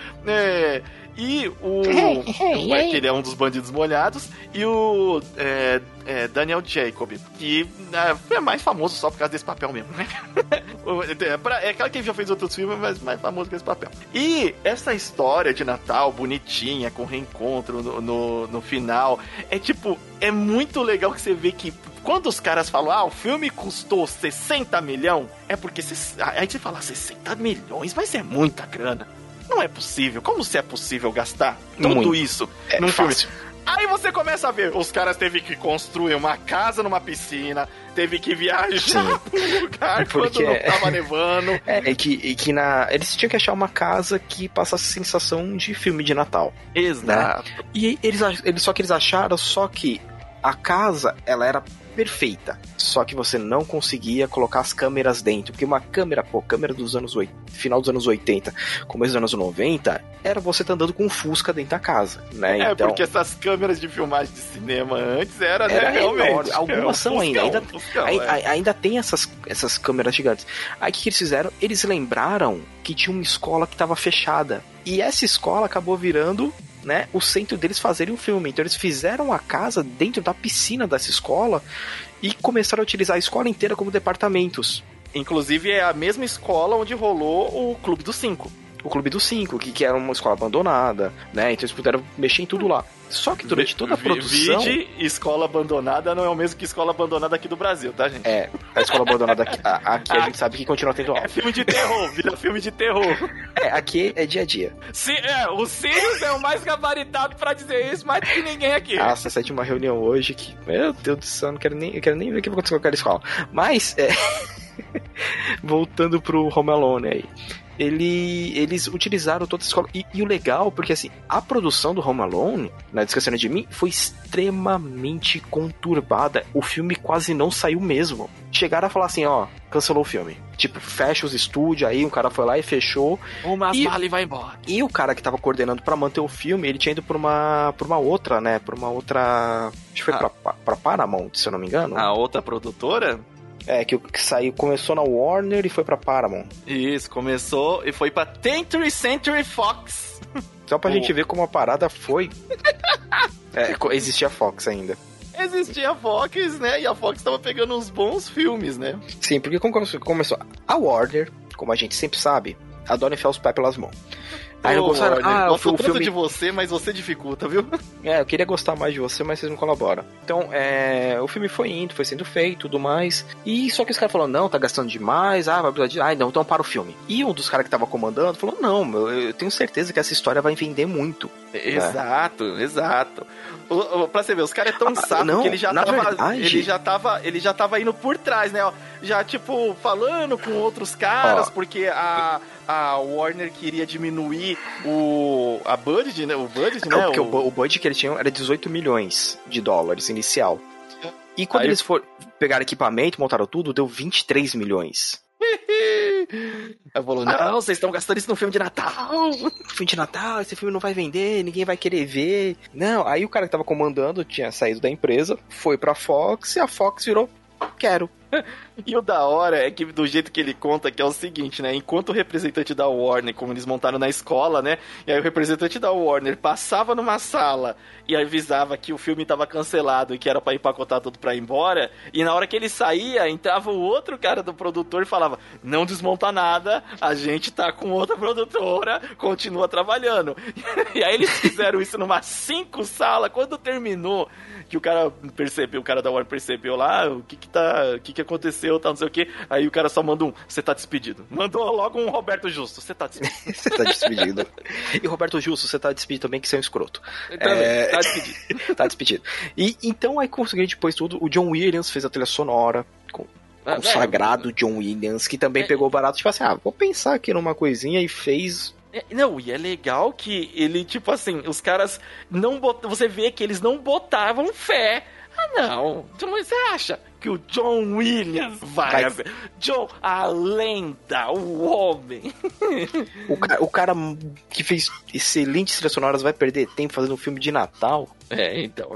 né, e o... é que ele é um dos bandidos molhados, e o é, é, Daniel Jacob, que é mais famoso só por causa desse papel mesmo, né? É, pra, é claro que ele já fez outros filmes, mas mais famoso que esse papel. E essa história de Natal, bonitinha, com reencontro no, no, no final, é tipo, é muito legal que você vê que quando os caras falam, ah, o filme custou sessenta milhões, é porque cê, aí você fala, sessenta milhões, mas é muita grana. Não é possível. Como se é possível gastar tudo muito. Isso é num fácil. filme? Aí você começa a ver, os caras teve que construir uma casa numa piscina, teve que viajar pra um lugar porque... quando não tava nevando. É, e que, e que na... eles tinham que achar uma casa que passasse sensação de filme de Natal. Exato. Né? E eles, eles, só que eles acharam só que a casa, ela era perfeita, só que você não conseguia colocar as câmeras dentro, porque uma câmera, pô, câmera dos anos oitenta, final dos anos oitenta, começo dos anos noventa, era você tá andando com um Fusca dentro da casa, né? É, então, porque essas câmeras de filmagem de cinema antes era, era né, realmente. Enorme. Algumas é, são um ainda, ainda, fuscão, ainda, é. ainda tem essas, essas câmeras gigantes. Aí o que, que eles fizeram? Eles lembraram que tinha uma escola que estava fechada, e essa escola acabou virando, né, o centro deles fazerem um filme. Então eles fizeram a casa dentro da piscina dessa escola e começaram a utilizar a escola inteira como departamentos. Inclusive é a mesma escola onde rolou o Clube dos Cinco. O Clube dos Cinco, que, que era uma escola abandonada, né? Então eles puderam mexer em tudo lá. Só que durante toda a produção... Vide, escola abandonada não é o mesmo que escola abandonada aqui do Brasil, tá, gente? É, a escola abandonada aqui, a, aqui a gente sabe que continua tendo aula. É filme de terror, vira filme de terror. É, aqui é dia a dia. Sim, é, o Sirius é o mais gabaritado pra dizer isso, mais do que ninguém aqui. Nossa, essa tinha uma reunião hoje que, meu Deus do céu, não quero nem, eu quero nem ver o que vai acontecer com aquela escola. Mas, é... voltando pro Home Alone aí. Ele, eles utilizaram toda a escola. E, e o legal, porque assim, a produção do Home Alone, na Esquecendo de Mim, foi extremamente conturbada. O filme quase não saiu mesmo. Chegaram a falar assim, ó, cancelou o filme. Tipo, fecha os estúdios, aí um cara foi lá e fechou. Uma e, mala e vai embora. E o cara que tava coordenando pra manter o filme, ele tinha ido por uma, por uma outra, né? Por uma outra... Acho que foi ah. pra, pra Paramount, se eu não me engano. A outra produtora? É, que, que saiu, começou na Warner e foi pra Paramount. Isso, começou e foi pra twentieth Century Fox. Só pra oh. gente ver como a parada foi. É, existia a Fox ainda. Existia a Fox, né? E a Fox tava pegando uns bons filmes, né? Sim, porque como começou? A Warner, como a gente sempre sabe, adora enfiar os pés pelas mãos. Aí eu gostaram, ah, eu gosto o tanto filme... de você, mas você dificulta, viu? É, eu queria gostar mais de você, mas vocês não colaboram. Então, é, o filme foi indo, foi sendo feito, tudo mais. E só que os caras falaram, não, tá gastando demais, ah, vai precisar de... Ah, não, então para o filme. E um dos caras que tava comandando falou, não, meu, eu tenho certeza que essa história vai vender muito. Exato, né? Exato. O, o, pra você ver, os caras é tão ah, sábios que ele já, tava, verdade... ele, já tava, ele já tava indo por trás, né? Já, tipo, falando com outros caras, ó, porque a... a Warner queria diminuir o a budget, né? O budget, né? É, porque o... o budget que eles tinham era dezoito milhões de dólares inicial. E quando Aí... eles foram pegar equipamento, montaram tudo, deu vinte e três milhões. Ela falou, não, ah, vocês estão gastando isso no filme de Natal. Filme de Natal, esse filme não vai vender, ninguém vai querer ver. Não, aí o cara que tava comandando tinha saído da empresa, foi pra Fox e a Fox virou, quero. E o da hora é que do jeito que ele conta que é o seguinte, né? Enquanto o representante da Warner, como eles montaram na escola, né? E aí o representante da Warner passava numa sala e avisava que o filme tava cancelado e que era pra empacotar tudo pra ir embora. E na hora que ele saía, entrava o outro cara do produtor e falava, não desmonta nada, a gente tá com outra produtora, continua trabalhando. E aí eles fizeram isso numa cinco salas. Quando terminou, que o cara percebeu, o cara da Warner percebeu lá, o que que tá, o que que aconteceu, tá, não sei o que, aí o cara só manda um, você tá despedido. Mandou logo um Roberto Justo, você tá despedido. Você tá despedido. E Roberto Justo, você tá despedido também, que você é um escroto. Também, é... tá despedido. Tá despedido. E então aí conseguiu depois tudo, o John Williams fez a trilha sonora, com ah, o sagrado John Williams, que também é... pegou o barato, tipo assim, ah, vou pensar aqui numa coisinha e fez... É, não, e é legal que ele, tipo assim, os caras não botam, você vê que eles não botavam fé. Ah, não, mas você acha que o John Williams vai... Mas... John, a lenda, o homem. O cara, o cara que fez excelentes trilhas sonoras vai perder tempo fazendo um filme de Natal? É, então.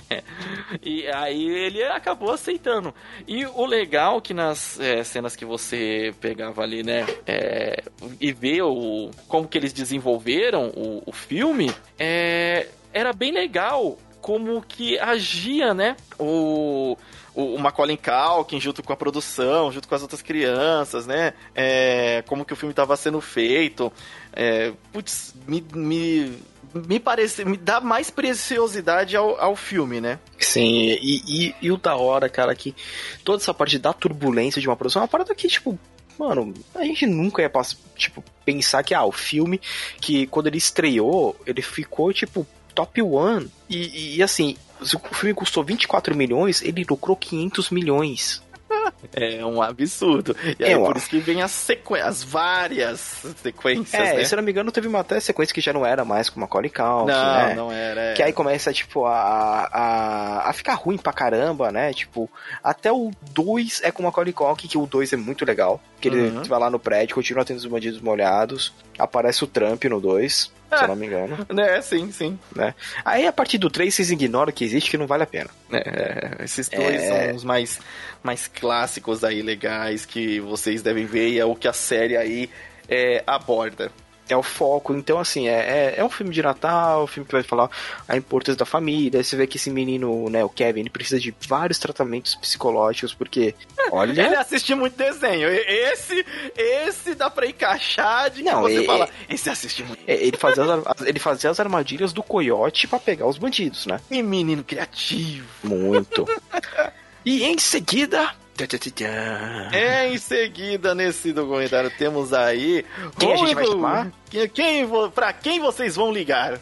E aí ele acabou aceitando. E o legal que nas é, cenas que você pegava ali, né, é, e ver o, como que eles desenvolveram o, o filme, é, era bem legal como que agia, né? O... o Macaulay Culkin junto com a produção, junto com as outras crianças, né? É, como que o filme estava sendo feito. É, putz, me, me, me parece, me dá mais preciosidade ao, ao filme, né? Sim, e, e, e o da hora, cara, que toda essa parte da turbulência de uma produção é uma parada que, tipo, mano, a gente nunca ia passar, tipo, pensar que, ah, o filme, que quando ele estreou, ele ficou, tipo, top one, e, e assim, o filme custou vinte e quatro milhões, ele lucrou quinhentos milhões. É um absurdo. E aí, é, por isso que vem as sequências, as várias sequências, é, né? Se eu não me engano, teve uma até sequência que já não era mais com Macaulay Culkin, não, né? Não, era. É. Que aí começa, tipo, a, a, a ficar ruim pra caramba, né? Tipo, até o dois é com Macaulay Culkin, que o dois é muito legal. Que ele uhum. vai lá no prédio, continua tendo os bandidos molhados. Aparece o Trump no dois, ah, se eu não me engano. É, sim, sim. Né? Aí a partir do três vocês ignoram que existe, que não vale a pena. É, esses dois é... são os mais, mais clássicos aí, legais, que vocês devem ver, e é o que a série aí é, aborda. É o foco, então assim, é, é, é um filme de Natal, um filme que vai falar a importância da família. Você vê que esse menino, né, o Kevin, ele precisa de vários tratamentos psicológicos, porque, olha... Ele assiste muito desenho, esse, esse dá pra encaixar de que não, você é, fala, esse assiste muito. É, ele, fazia as, ele fazia as armadilhas do coiote pra pegar os bandidos, né? Que menino criativo. Muito. E em seguida... É, em seguida, nesse documentário, temos aí... Quem a gente vai chamar? Quem, quem, pra quem vocês vão ligar?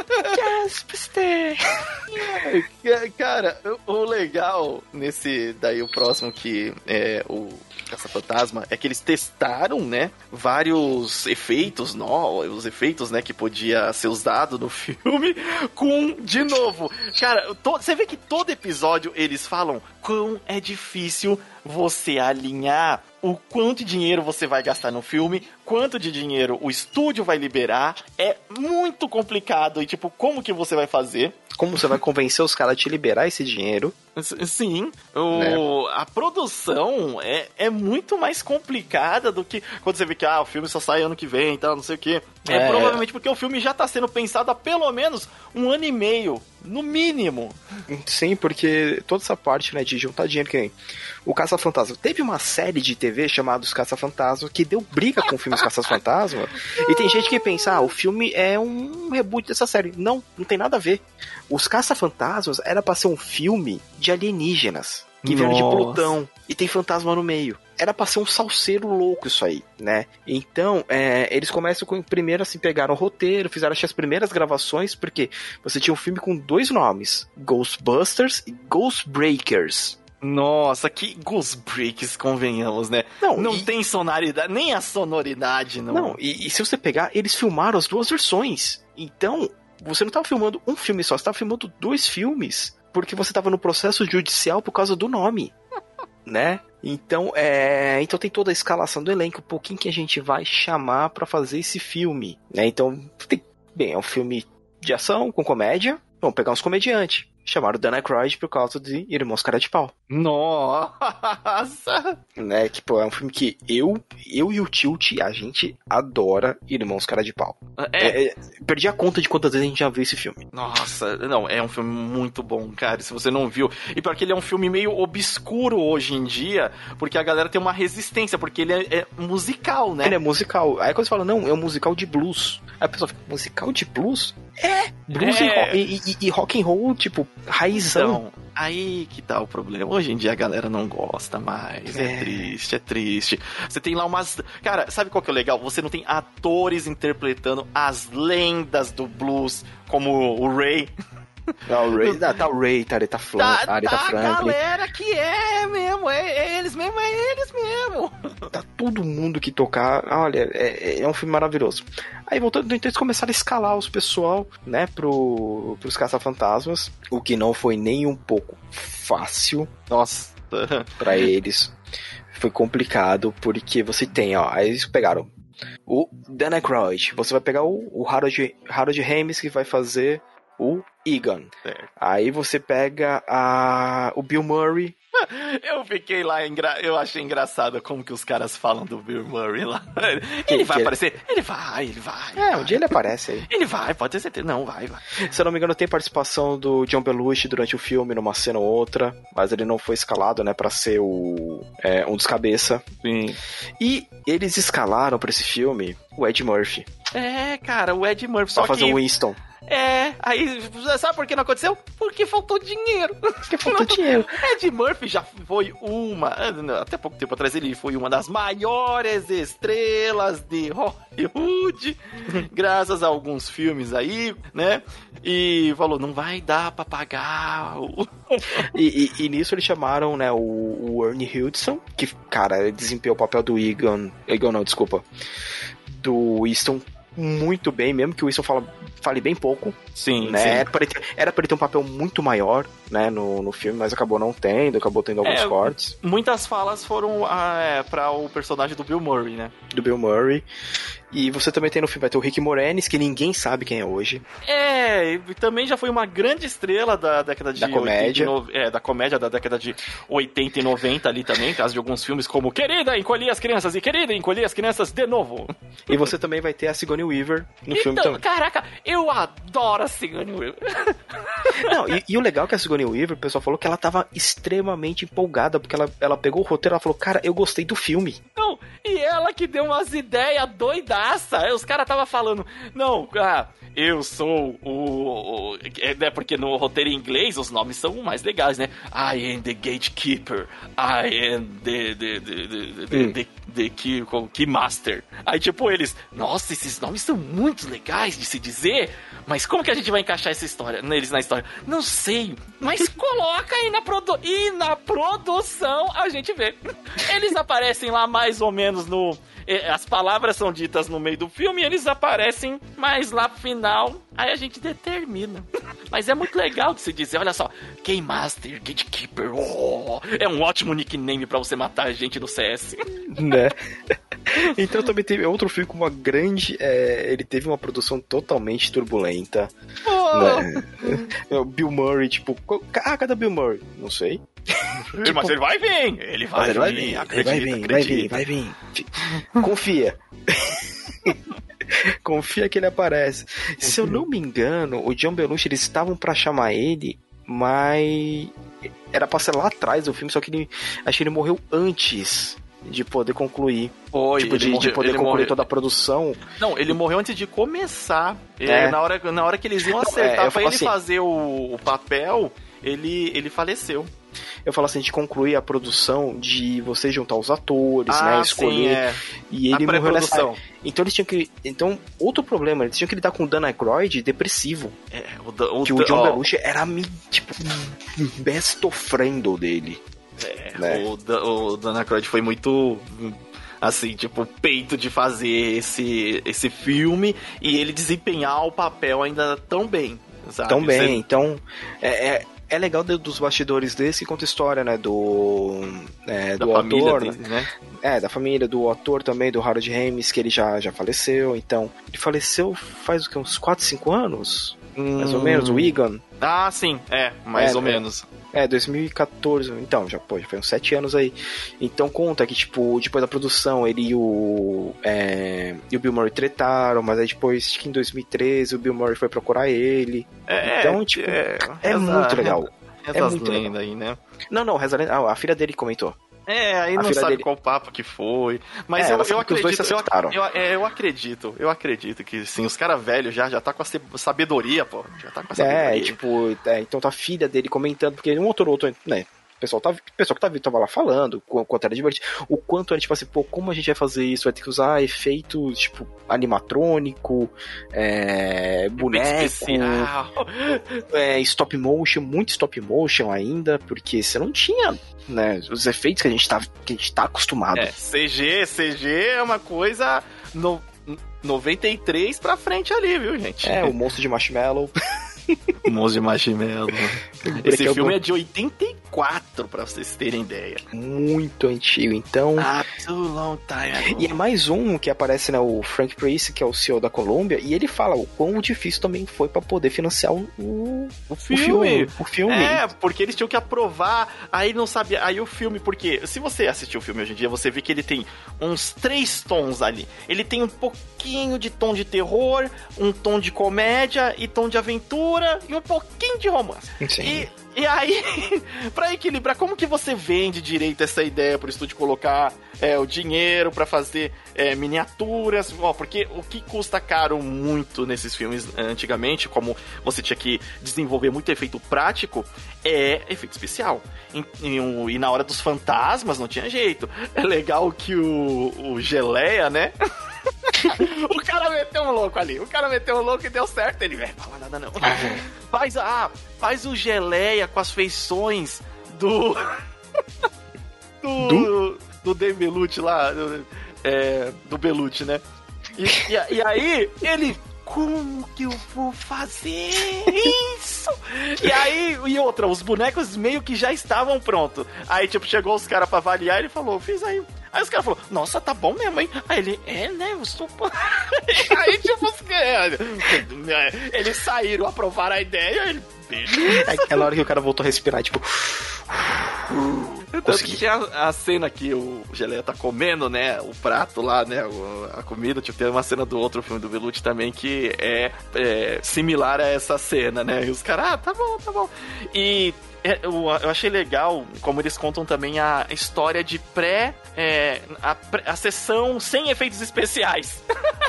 Cara, o legal nesse... Daí o próximo que é o Caça-Fantasma é que eles testaram, né, vários efeitos, novos efeitos, né, que podia ser usado no filme com, de novo, cara, to, você vê que todo episódio eles falam quão é difícil você alinhar o quanto de dinheiro você vai gastar no filme, quanto de dinheiro o estúdio vai liberar, é muito complicado, e tipo, como que você vai fazer? Como você vai convencer os caras a te liberar esse dinheiro? Sim, o, né? A produção é, é muito mais complicada do que quando você vê que ah, o filme só sai ano que vem e tal, não sei o que. É, é provavelmente porque o filme já tá sendo pensado há pelo menos um ano e meio, no mínimo. Sim, porque toda essa parte, né, de juntar dinheiro, que nem o Caça-Fantasma. Teve uma série de T V chamada Os Caça-Fantasma que deu briga com o filme Os Caça-Fantasma. E tem gente que pensa, ah, o filme é um reboot dessa série. Não, não tem nada a ver. Os Caça-Fantasmas era pra ser um filme de alienígenas que vieram de Plutão e tem fantasma no meio. Era pra ser um salseiro louco isso aí, né? Então, é, eles começam com, primeiro assim, pegaram o roteiro, fizeram acho, as primeiras gravações, porque você tinha um filme com dois nomes, Ghostbusters e Ghostbreakers. Nossa, que Ghostbreakers, convenhamos, né? Não, não e... tem sonoridade, nem a sonoridade, não. Não, e, e se você pegar, eles filmaram as duas versões. Então, você não tava filmando um filme só, você tava filmando dois filmes, porque você tava no processo judicial por causa do nome, né? Então, é, então tem toda a escalação do elenco, um pouquinho que a gente vai chamar pra fazer esse filme, né? Então, tem, bem, é um filme de ação com comédia, vamos pegar uns comediantes. Chamaram o Dan Aykroyd por causa de Irmãos Cara de Pau. Nossa! Né, que, pô, é um filme que eu, eu e o Tilt, a gente adora Irmãos Cara de Pau. É. É, perdi a conta de quantas vezes a gente já viu esse filme. Nossa, não, é um filme muito bom, cara, se você não viu. E pior que ele é um filme meio obscuro hoje em dia, porque a galera tem uma resistência, porque ele é, é musical, né? Ele é musical. Aí quando você fala, não, é um musical de blues. Aí a pessoa fica, musical de blues? É! Blues é. E, e, e rock and roll, tipo, raizão. Então, aí que tá o problema. Hoje em dia a galera não gosta mais. É, é triste, é triste. Você tem lá umas... Cara, sabe qual que é o legal? Você não tem atores interpretando as lendas do blues, como o Ray... Tá o Ray, tá, tá o Ray, tá, tá, Flan, tá, Aretha tá Franklin. A galera que é mesmo, é, é eles mesmo, é eles mesmo. Tá todo mundo que tocar, olha, é, é um filme maravilhoso. Aí voltando, então eles começaram a escalar os pessoal, né, pro, pros Caça-Fantasmas, o que não foi nem um pouco fácil. Nossa. Pra eles. Foi complicado, porque você tem, ó, aí eles pegaram o Dan Aykroyd, você vai pegar o, o Harold, Harold Ramis, que vai fazer o Egon. É. Aí você pega a, o Bill Murray, Eu fiquei lá, engra... eu achei engraçado como que os caras falam do Bill Murray lá. Ele vai que aparecer? Ele vai, ele vai. É, vai. um dia ele aparece aí. Ele vai, pode ter certeza. Não, vai, vai. Se eu não me engano, tem participação do John Belushi durante o filme, numa cena ou outra, mas ele não foi escalado, né, pra ser o é, um dos cabeça. Sim. E eles escalaram pra esse filme o Ed Murphy. É, cara, o Ed Murphy. Só Só fazer que... o Winston. É, aí, sabe por que não aconteceu? Porque faltou dinheiro. Porque faltou dinheiro. Ed Murphy já foi uma, até pouco tempo atrás ele foi uma das maiores estrelas de Hollywood, graças a alguns filmes aí, né? E falou, não vai dar pra pagar. O... e, e, e nisso eles chamaram, né, o, o Ernie Hudson, que, cara, ele desempenhou o papel do Egon, Egon não, desculpa, do Winston muito bem, mesmo que o Winston fala, fale bem pouco. Sim, né? sim. Era pra, ele ter, era pra ele ter um papel muito maior, né, no, no filme, mas acabou não tendo, acabou tendo alguns é, cortes. Muitas falas foram ah, é, pra o personagem do Bill Murray, né? Do Bill Murray. E você também tem no filme, vai ter o Rick Moranis, que ninguém sabe quem é hoje. É, e também já foi uma grande estrela da década de da comédia. oitenta, é, da comédia da década de oitenta e noventa ali também, caso de alguns filmes como Querida, Encolhi as Crianças e Querida, Encolhi as Crianças de novo. E você também vai ter a Sigourney Weaver no então, filme também. Caraca, eu adoro a Sigourney Weaver. Não, e, e o legal é que a Sigourney Weaver, o pessoal falou que ela tava extremamente empolgada, porque ela, ela pegou o roteiro e ela falou, cara, eu gostei do filme. Não, e ela que deu umas ideias doidaça. Os caras tava falando, não, ah, eu sou o, o... É, né, porque no roteiro em inglês os nomes são mais legais, né? I am the gatekeeper. I am the... the, the, the, the, hum. the, the key, key master. Aí tipo eles, nossa, esses nomes são muito legais de se dizer, mas como que a gente vai encaixar essa história, neles na história? Não sei, mas coloca aí na produ... E na produção a gente vê. Eles aparecem lá mais ou menos no... As palavras são ditas no meio do filme e eles aparecem mais lá pro final. Aí a gente determina. Mas é muito legal de se dizer, olha só, Game Master, Gatekeeper, oh, é um ótimo nickname pra você matar a gente no C S. Né? Então também teve outro filme com uma grande... É, ele teve uma produção totalmente turbulenta. Oh. Né? O Bill Murray, tipo... Ah, cadê o Bill Murray? Não sei. Tipo, mas ele vai vir, ele vai, ele vai vir, vir, acredita, vai vir, acredita. vai vir, vai vir. Confia. Confia que ele aparece. Se eu não me engano, o John Belushi, eles estavam pra chamar ele, mas era pra ser lá atrás do filme, só que ele, acho que ele morreu antes de poder concluir. Foi, tipo, de, morreu, de poder concluir morreu. toda a produção. Não, ele morreu antes de começar. É. É, na, hora, na hora que eles iam acertar é, pra ele assim, fazer o, o papel, ele, ele faleceu. Eu falo assim, de concluir a produção, de você juntar os atores, ah, né, escolher. Sim, é. E ele morreu nessa... Então eles tinham que... Então, outro problema, eles tinham que lidar com o Dan Aykroyd depressivo. É, o, o, que o, o John ó, Belushi era, tipo, best friend dele. É, né? o, o Dan Aykroyd foi muito... assim, tipo, peito de fazer esse, esse filme e ele desempenhar o papel ainda tão bem, sabe? Tão bem, Você... então... É, é, é legal dos bastidores desse que conta a história, né, do... É, da do família autor, dele, né? É, da família, do ator também, do Harold Ramis, que ele já, já faleceu, então... Ele faleceu faz o que, uns quatro, cinco anos? Hum... Mais ou menos, o Egon. Ah, sim, é, mais é, ou é. menos. É, dois mil e catorze, então, já, pô, já foi uns sete anos aí. Então conta que, tipo, depois da produção, ele e o, é, e o Bill Murray tretaram, mas aí depois, acho que em dois mil e treze, o Bill Murray foi procurar ele. É, então, tipo, é, é reza, muito legal. Reza, é reza muito lenda legal. aí, né? Não, não, reza lenda, ah, a filha dele comentou. É, aí A não filha sabe dele... qual papo que foi. Mas é, eu, ela eu sabe que os dois se acredito, acertaram. eu, eu, eu acredito, eu acredito que sim, os caras velhos já, já tá com a sabedoria, pô. Já tá com a sabedoria. É, tipo, é, então tá a filha dele comentando, porque um outro outro, né? O pessoal, tá, o pessoal que tá, tava lá falando o quanto era divertido, o quanto era tipo assim, pô, como a gente vai fazer isso? Vai ter que usar efeitos tipo animatrônico, é, boneco, é, stop motion, muito stop motion ainda, porque você não tinha, né, os efeitos que a gente tá, que a gente tá acostumado. É, C G, C G é uma coisa no, noventa e três pra frente ali, viu, gente? É, o monstro de marshmallow. Monstro de Marshmallow. Esse filme é de oitenta e quatro, pra vocês terem ideia. Muito antigo, então... Ah, too long time ago. E é mais um que aparece, né, o Frank Price, que é o C E O da Columbia, e ele fala o quão difícil também foi pra poder financiar o, o, o, filme, o filme. O filme. É, porque eles tinham que aprovar, aí não sabia... Aí o filme, porque se você assistir o filme hoje em dia, você vê que ele tem uns três tons ali. Ele tem um pouquinho de tom de terror, um tom de comédia e tom de aventura e um pouquinho de romance. Sim. E, e aí, pra equilibrar, como que você vende direito essa ideia pro estúdio colocar é, o dinheiro pra fazer é, miniaturas? Ó, porque o que custa caro muito nesses filmes antigamente, como você tinha que desenvolver muito efeito prático, é efeito especial. E, e, e na hora dos fantasmas não tinha jeito. É legal que o, o Geleia, né? O cara meteu um louco ali. O cara meteu um louco e deu certo. Ele, velho, não fala nada não. Faz, ah, faz o Geleia com as feições do... do... Do, do Dave Belushi lá. Do, é, do Belushi, né? E, e, e aí, ele... Como que eu vou fazer isso? E aí, e outra, os bonecos meio que já estavam prontos. Aí, tipo, chegou os caras pra avaliar e ele falou, fiz aí. Aí os caras falaram, nossa, tá bom mesmo, hein? Aí ele, é, né? Eu sou... Aí, tipo, os caras... Eles saíram, aprovaram a ideia, ele... É aquela hora que o cara voltou a respirar, tipo... Tanto que tinha a, a cena que o Geleia tá comendo, né, o prato lá, né, o, a comida, tipo, tem uma cena do outro filme do Belushi também que é, é similar a essa cena, né, e os caras, ah, tá bom, tá bom. E é, eu, eu achei legal como eles contam também a história de pré, é, a, a sessão sem efeitos especiais.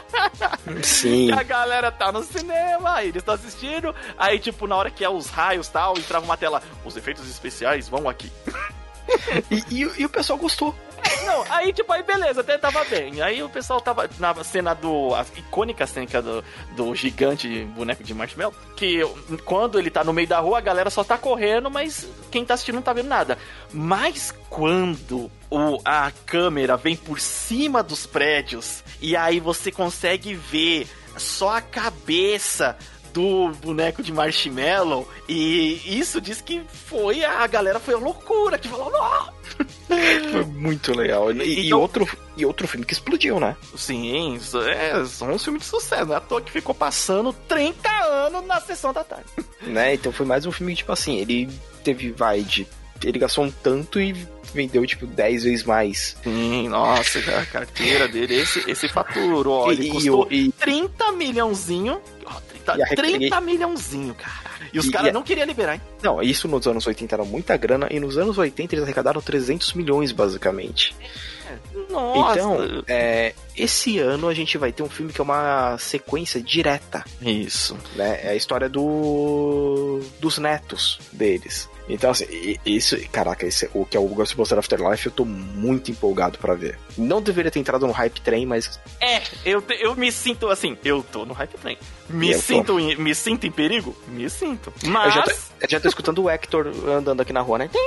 Sim. E a galera tá no cinema, aí eles estão assistindo, aí tipo, na hora que é os raios e tal, entrava uma tela, os efeitos especiais vão aqui. E, e, e o pessoal gostou. Não, aí tipo, aí beleza, até tava bem. Aí o pessoal tava na cena do... A icônica cena do, do gigante boneco de marshmallow, que quando ele tá no meio da rua, a galera só tá correndo, mas quem tá assistindo não tá vendo nada. Mas quando o, a câmera vem por cima dos prédios, e aí você consegue ver só a cabeça do boneco de marshmallow, e isso diz que foi, a galera foi a loucura, que falou, não! Foi muito legal. E, então, e, outro, e outro filme que explodiu, né? Sim, é, são um filme de sucesso, não é à toa que ficou passando trinta anos na sessão da tarde. Né, então foi mais um filme que, tipo assim, ele teve, vai, de... Ele gastou um tanto e vendeu, tipo, dez vezes mais. Sim, nossa, a carteira dele, esse, esse faturou, ó, ele e, custou e, trinta milhãozinho, ó, trinta, trinta milhãozinho, cara. E os caras não queriam liberar, hein? Não, isso nos anos oitenta era muita grana, e nos anos oitenta eles arrecadaram trezentos milhões, basicamente. Nossa. Então, é, esse ano a gente vai ter um filme que é uma sequência direta. Isso. Né? É a história do dos netos deles. Então, assim, isso, caraca, esse, o que é o Ghostbusters Afterlife, eu tô muito empolgado pra ver. Não deveria ter entrado no hype train, mas... É, eu, te, eu me sinto assim, eu tô no hype train. Me sinto, em, me sinto em perigo? Me sinto. Mas... Eu já tô, eu já tô escutando o Hector andando aqui na rua, né?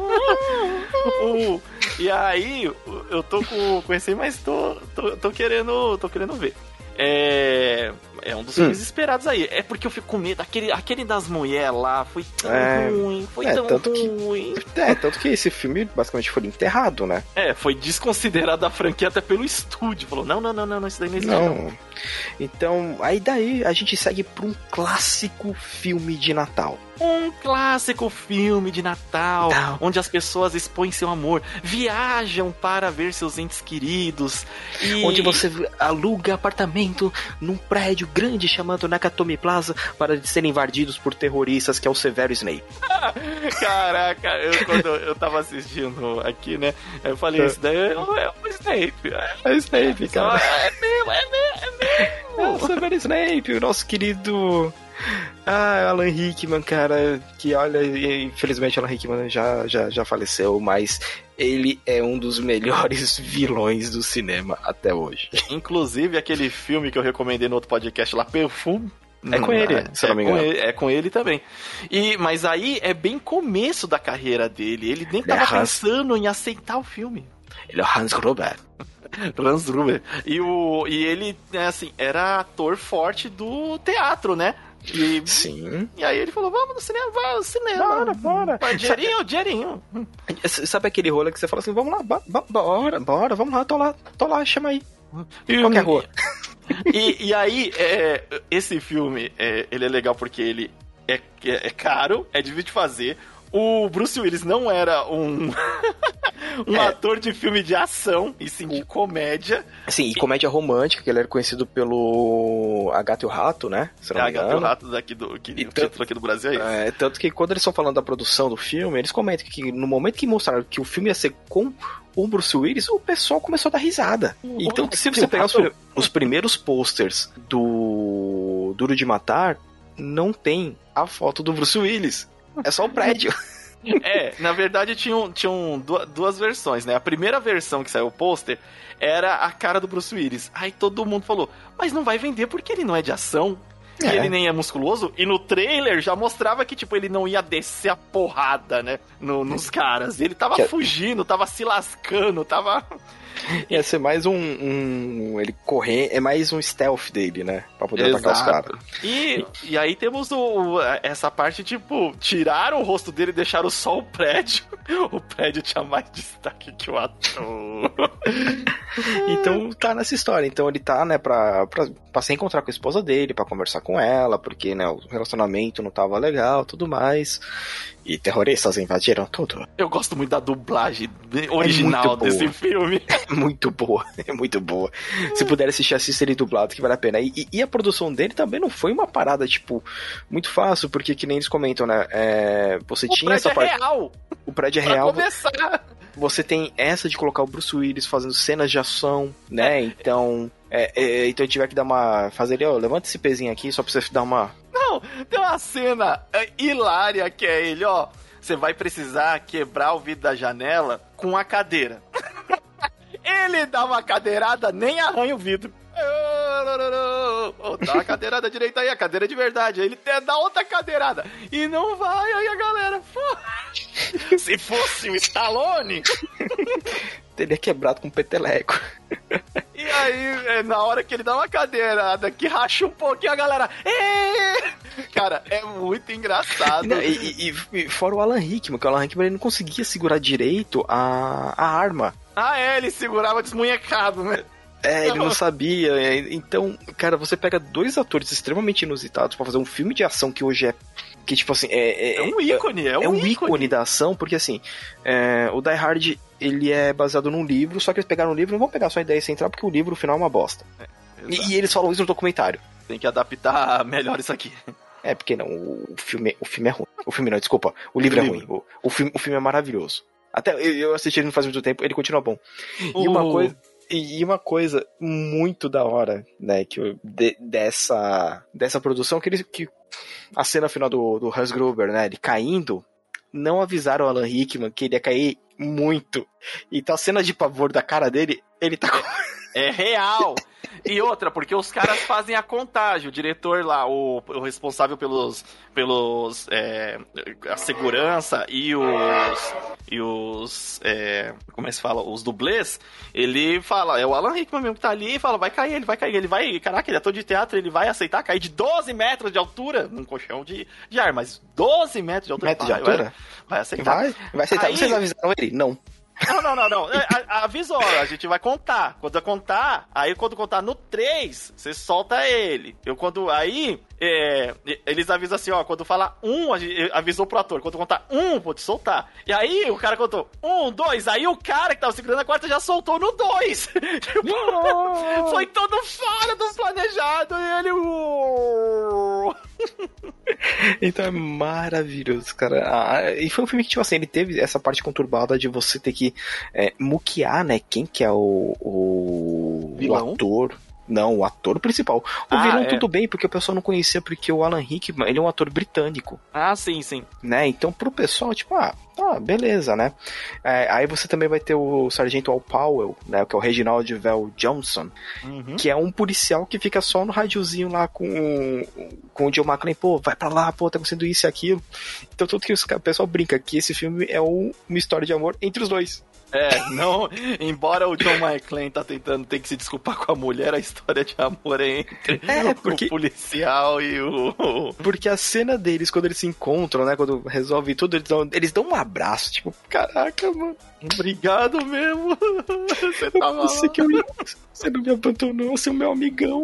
o, e aí, eu tô com, com esse, mas tô, tô, tô, querendo, tô querendo ver. É... É um dos filmes hum. esperados aí. É porque eu fico com medo. Aquele, aquele das mulheres lá foi tão é, ruim. Foi é, tão tanto ruim. Que, é, tanto que esse filme basicamente foi enterrado, né? É, foi desconsiderado a franquia até pelo estúdio. Falou, não, não, não, não, isso daí não existe. Não. não. Então, aí daí a gente segue pra um clássico filme de Natal. Um clássico filme de Natal, Natal, onde as pessoas expõem seu amor, viajam para ver seus entes queridos. E... Onde você aluga apartamento num prédio grande chamado Nakatomi Plaza para serem invadidos por terroristas, que é o Severo Snape. Caraca, eu, quando eu tava assistindo aqui, né, eu falei, isso daí é o, é o Snape. É o Snape, cara. É meu, é meu, é meu. É o Severo Snape, o nosso querido... Ah, Alan Rickman, cara, que olha, infelizmente Alan Rickman já, já, já faleceu, mas ele é um dos melhores vilões do cinema até hoje. Inclusive, aquele filme que eu recomendei no outro podcast lá, Perfume, é com ele, é, se eu não me engano. É com ele, é com ele também. E, mas aí é bem começo da carreira dele, ele nem ele tava é pensando em aceitar o filme. Ele é o Hans Gruber. Hans Gruber. E, o, e ele, assim, era ator forte do teatro, né? E, Sim. E aí ele falou, vamos no cinema, vamos no cinema. Bora, bora. Mas dinheirinho, dinheirinho. Sabe aquele rolê que você fala assim, vamos lá, ba- ba- bora, bora, vamos lá, tô lá, tô lá, chama aí. E, Qualquer rua. E, e aí, é, esse filme, é, ele é legal porque ele é, é, é caro, é difícil de fazer. O Bruce Willis não era um, um É. ator de filme de ação, e sim de comédia. Sim, e comédia romântica, que ele era conhecido pelo A Gato e o Rato, né? Se eu não É me a Gato e o engano. Rato daqui do que, E o tanto- título aqui do Brasil é isso. É, tanto que quando eles estão falando da produção do filme, eles comentam que no momento que mostraram que o filme ia ser com o Bruce Willis, o pessoal começou a dar risada. Então, se você pegar os, pri- os primeiros posters do Duro de Matar, não tem a foto do Bruce Willis. É só o prédio. É, na verdade tinham, tinham du- duas versões, né? A primeira versão que saiu o pôster era a cara do Bruce Willis. Aí todo mundo falou, mas não vai vender porque ele não é de ação. E É. ele nem é musculoso. E no trailer já mostrava que, tipo, ele não ia descer a porrada, né? No, nos caras. Ele tava Que- fugindo, tava se lascando, tava... Ia ser mais um, um. Ele correr. É mais um stealth dele, né? Pra poder atacar os caras. E, e aí temos o, o- essa parte, tipo, tiraram o rosto dele e deixaram só o prédio. O prédio tinha mais destaque que o ator. Então tá nessa história. Então ele tá, né, pra, pra, pra se encontrar com a esposa dele, pra conversar com ela, porque, né, o relacionamento não tava legal, tudo mais. E terroristas invadiram tudo. Eu gosto muito da dublagem original muito boa. desse filme. É muito boa, é muito boa. Se puder assistir, assista ele dublado, que vale a pena. E, e- e a produção dele também não foi uma parada, tipo, muito fácil, porque que nem eles comentam, né? É, você O tinha prédio essa é parte. real, O prédio é pra real. começar. Você tem essa de colocar o Bruce Willis fazendo cenas de ação, né? Então. É, é, então tiver que dar uma. Fazer ele, ó, levanta esse pezinho aqui só pra você dar uma. Não, tem uma cena é, hilária que é ele, ó. Você vai precisar quebrar o vidro da janela com a cadeira. Ele dá uma cadeirada, nem arranha o vidro. Oh, dá uma cadeirada direita aí, a cadeira é de verdade. Aí ele até dá outra cadeirada. E não vai, aí a galera. Pô, se fosse o Stallone. Teria quebrado com um peteleco. E aí, é, na hora que ele dá uma cadeirada que racha um pouquinho, a galera. "Ê!" Cara, é muito engraçado. Não, e, e- e fora o Alan Rickman, que o Alan Rickman ele não conseguia segurar direito a, a arma. Ah, é, ele segurava desmunhecado, né? É, ele não sabia. é, Então, cara, você pega dois atores extremamente inusitados pra fazer um filme de ação que hoje é. Que, tipo assim, é. É um ícone, é um, é um ícone. ícone da ação, porque assim, é, o Die Hard, ele é baseado num livro, só que eles pegaram o livro, não vão pegar só a ideia central, porque o livro, no final, é uma bosta. Exato. E, e eles falam isso no documentário. Tem que adaptar melhor isso aqui. É, porque não, o filme, o filme é ruim. O filme não, desculpa, o livro O é livro. ruim. O, o, filme, o filme é maravilhoso. Até eu, eu assisti ele não faz muito tempo, ele continua bom. E O- uma coisa... E uma coisa muito da hora, né, que eu- de- dessa, dessa produção, que, ele, que a cena final do, do Hans Gruber, né, ele caindo, não avisaram o Alan Rickman que ele ia cair muito. Então a cena de pavor da cara dele, ele tá com... É real. E outra, porque os caras fazem a contagem. O diretor lá, o, o responsável pelos. pelos é, a segurança e os. E os. É, como é que se fala? Os dublês. Ele fala, é o Alan Rickman mesmo que tá ali e fala: vai cair, ele vai cair. Ele vai. Caraca, ele é ator de teatro, ele vai aceitar cair de doze metros de altura num colchão de, de ar, mas doze metros de altura. Metro de vai, altura? Vai, vai aceitar. Vai, vai aceitar. Aí- Vocês avisaram ele? Não. Não, não, não, não. É, a- Avisou, a gente vai contar. Quando eu contar, aí quando contar no três, você solta ele. Eu quando. Aí, é, eles avisam assim, ó, quando falar um, a gente avisou pro ator. Quando contar um, vou te soltar. E aí o cara contou um, dois, aí o cara que tava segurando a quarta já soltou no dois. Foi todo fora do planejado e ele. uh. Então é maravilhoso, cara. Ah, e foi um filme que, tipo assim, ele teve essa parte conturbada de você ter que é, muquear, né? Quem que é o, o, o Vilão? ator. Não, o ator principal. O Ah, vilão é. tudo bem, porque o pessoal não conhecia, porque o Alan Rickman, ele é um ator britânico, Ah, sim, sim. né? Então pro pessoal, tipo, ah, Ah, beleza, né? É, aí você também vai ter o Sargento Al Powell, né? Que é o Reginald Vel Johnson, Uhum. que é um policial que fica só no radiozinho lá com, com o John McClane, pô, vai pra lá, pô, tá acontecendo isso e aquilo. Então tudo que os, o pessoal brinca que esse filme é um, uma história de amor entre os dois. É, não, embora o John McClane tá tentando ter que se desculpar com a mulher, a história de amor é entre É, porque- o policial e o... Porque a cena deles, quando eles se encontram, né? Quando resolve tudo, eles dão, eles dão um abraço. Tipo, caraca, mano. Obrigado mesmo. Você tava Você lá. que eu ia, você não me abandonou, você é o meu amigão.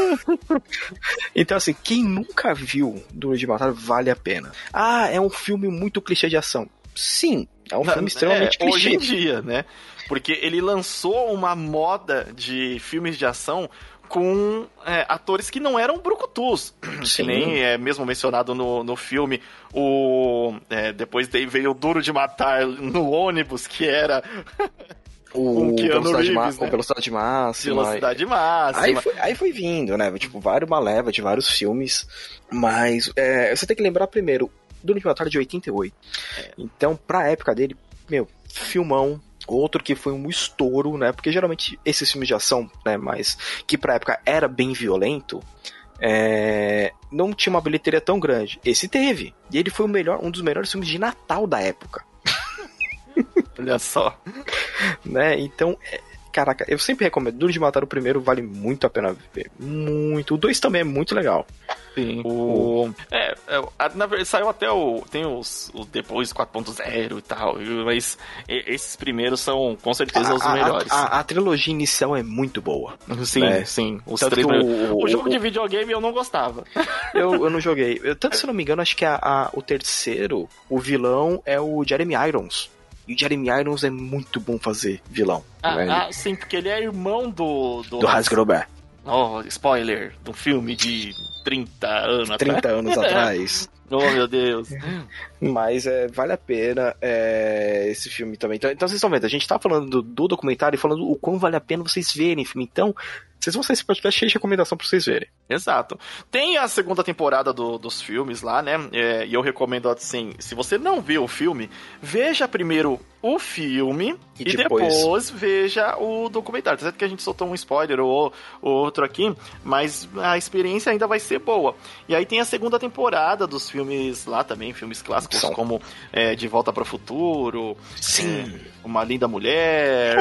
Então, assim, quem nunca viu Duro de Matar, vale a pena. Ah, é um filme muito clichê de ação. Sim, é um filme extremamente É, hoje clichê. em dia, né? Porque ele lançou uma moda de filmes de ação com é, atores que não eram brucutus. Que Sim. nem é mesmo mencionado no, no filme. O, é, depois daí veio o Duro de Matar no ônibus, que era O com Keanu velocidade, Reeves, ma- né? o velocidade máxima. Velocidade Máxima. Aí foi, aí foi vindo, né? Tipo, vários, uma leva de vários filmes. Mas é, você tem que lembrar primeiro, Duro de Matar de oitenta e oito. Então, pra época dele, meu, filmão. Outro que foi um estouro, né? Porque geralmente esses filmes de ação, né? Mas que pra época era bem violento, é, não tinha uma bilheteria tão grande. Esse teve. E ele foi o melhor, um dos melhores filmes de Natal da época. Olha só. Né? Então, é, caraca, eu sempre recomendo. Duro de Matar o primeiro vale muito a pena ver. Muito. O dois também é muito legal. Sim. O... É, é, a- na verdade, saiu até o. Tem os, o depois quatro ponto zero e tal. Mas e- esses primeiros são com certeza os A- a- melhores. A, a, a trilogia inicial é muito boa. sim, né? sim. Os Tanto três que primeiros. o- O, jogo o- de videogame eu não gostava. Eu, eu não joguei. Eu, tanto se eu não me engano, acho que a, a- o terceiro, o vilão é o Jeremy Irons. E o Jeremy Irons é muito bom fazer vilão. Ah, né? ah, sim, porque ele é irmão do. Do, Do Hans Gruber. Oh, spoiler. Do filme de trinta anos atrás. trinta anos atrás. Oh, meu Deus. Mas é, vale a pena é, esse filme também. Então, então vocês estão vendo, a gente tá falando do, do documentário e falando o quão vale a pena vocês verem o filme. Então, vocês vão sair esse podcast cheio de recomendação pra vocês verem. Exato. Tem a segunda temporada do- dos filmes lá, né? É, e eu recomendo, assim, se você não viu o filme, veja primeiro o filme E e, depois- depois... veja o documentário. Tá certo que a gente soltou um spoiler ou, ou outro aqui, mas a experiência ainda vai ser boa. E aí tem a segunda temporada dos filmes lá também, filmes clássicos São- como é, De Volta para o Futuro, Sim. é, Uma Linda Mulher,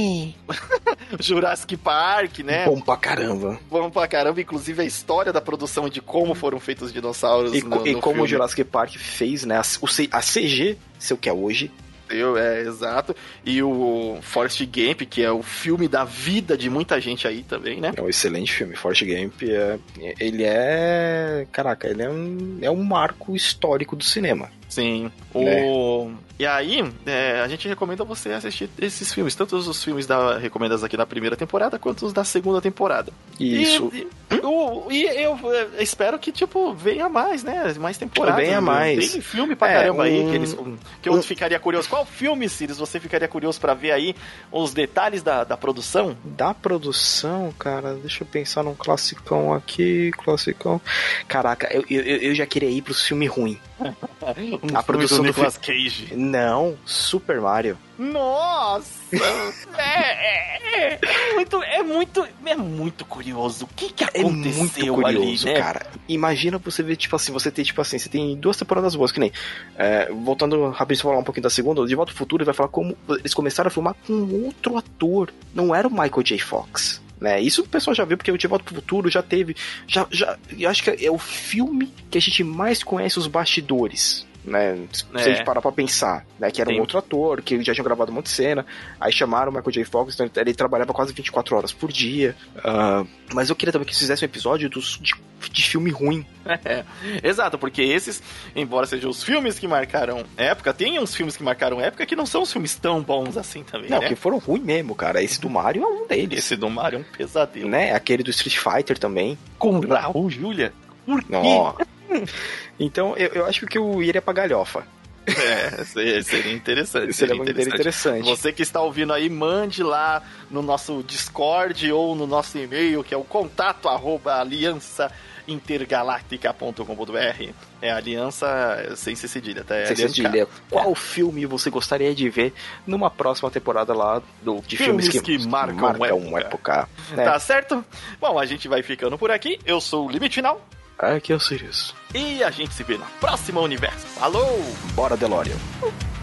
Jurassic Park, né? Bom pra caramba. Bom pra caramba, inclusive a história da produção de como foram feitos os dinossauros E, no, co- e no como filme. o Jurassic Park fez, né? A, o C- a C G, seu que é hoje. Eu, é, exato. E o Forrest Gump, que é o filme da vida de muita gente aí também, né? É um excelente filme. Forrest Gump, é, ele é... Caraca, ele é um, é um marco histórico do cinema. Sim. O... Né? E aí, é, a gente recomenda você assistir esses filmes, tanto os filmes da, recomendados aqui da primeira temporada, quanto os da segunda temporada. Isso. E, e, o- e eu é, espero que, tipo, venha mais, né? Mais temporadas. Venha mais. Tem filme pra É, caramba aí, um- que, eles, que eu um- ficaria curioso. Qual filme, Sirius, você ficaria curioso pra ver aí os detalhes da, da produção? Da produção, cara, deixa eu pensar num classicão aqui, classicão. Caraca, eu, eu, eu já queria ir pro filme ruim. Um A produção do Nicolas Cage. Não, Super Mario. Nossa! é, é, é, muito, é muito, é muito curioso. O que que É muito aconteceu curioso, ali, né? cara. Imagina você ver, tipo assim, você tem, tipo assim, você tem duas temporadas boas, que nem. É, voltando rapidinho pra falar um pouquinho da segunda, De Volta ao Futuro, ele vai falar como eles começaram a filmar com outro ator. Não era o Michael J. Fox. Né? Isso o pessoal já viu, porque o De Volta pro Futuro já teve. Já, já, eu acho que é o filme que a gente mais conhece os bastidores. Né? Se É. a gente parar pra pensar, né? Que era um Tem. outro ator, que já tinham gravado um monte de cena. Aí chamaram o Michael J. Fox, então ele trabalhava quase vinte e quatro horas por dia. Ah, mas eu queria também que eles fizessem um episódio dos, de, de filme ruim. É, exato, porque esses, embora sejam os filmes que marcaram época, tem uns filmes que marcaram época que não são os filmes tão bons assim também, Não, né? que foram ruins mesmo, cara. Esse do Mario é um deles. Esse do Mario é um pesadelo. Né? Aquele do Street Fighter também. Com Raul Julia? Por quê? Ó. Então, eu, eu acho que eu iria pra galhofa. É, seria seria interessante. Seria Seria muito interessante. interessante. Você que está ouvindo aí, mande lá no nosso Discord ou no nosso e-mail, que é o contato arroba aliança intergaláctica ponto com ponto b r. É aliança sem ser cedilha, tá? É sem cedilha. Qual é. filme você gostaria de ver numa próxima temporada lá do, de filmes, filmes que, que marcam, marcam época. época né? Tá certo? Bom, a gente vai ficando por aqui. Eu sou o Limite Final. Aqui é o Sirius. E a gente se vê na próxima Universo. Falou! Bora, DeLorean.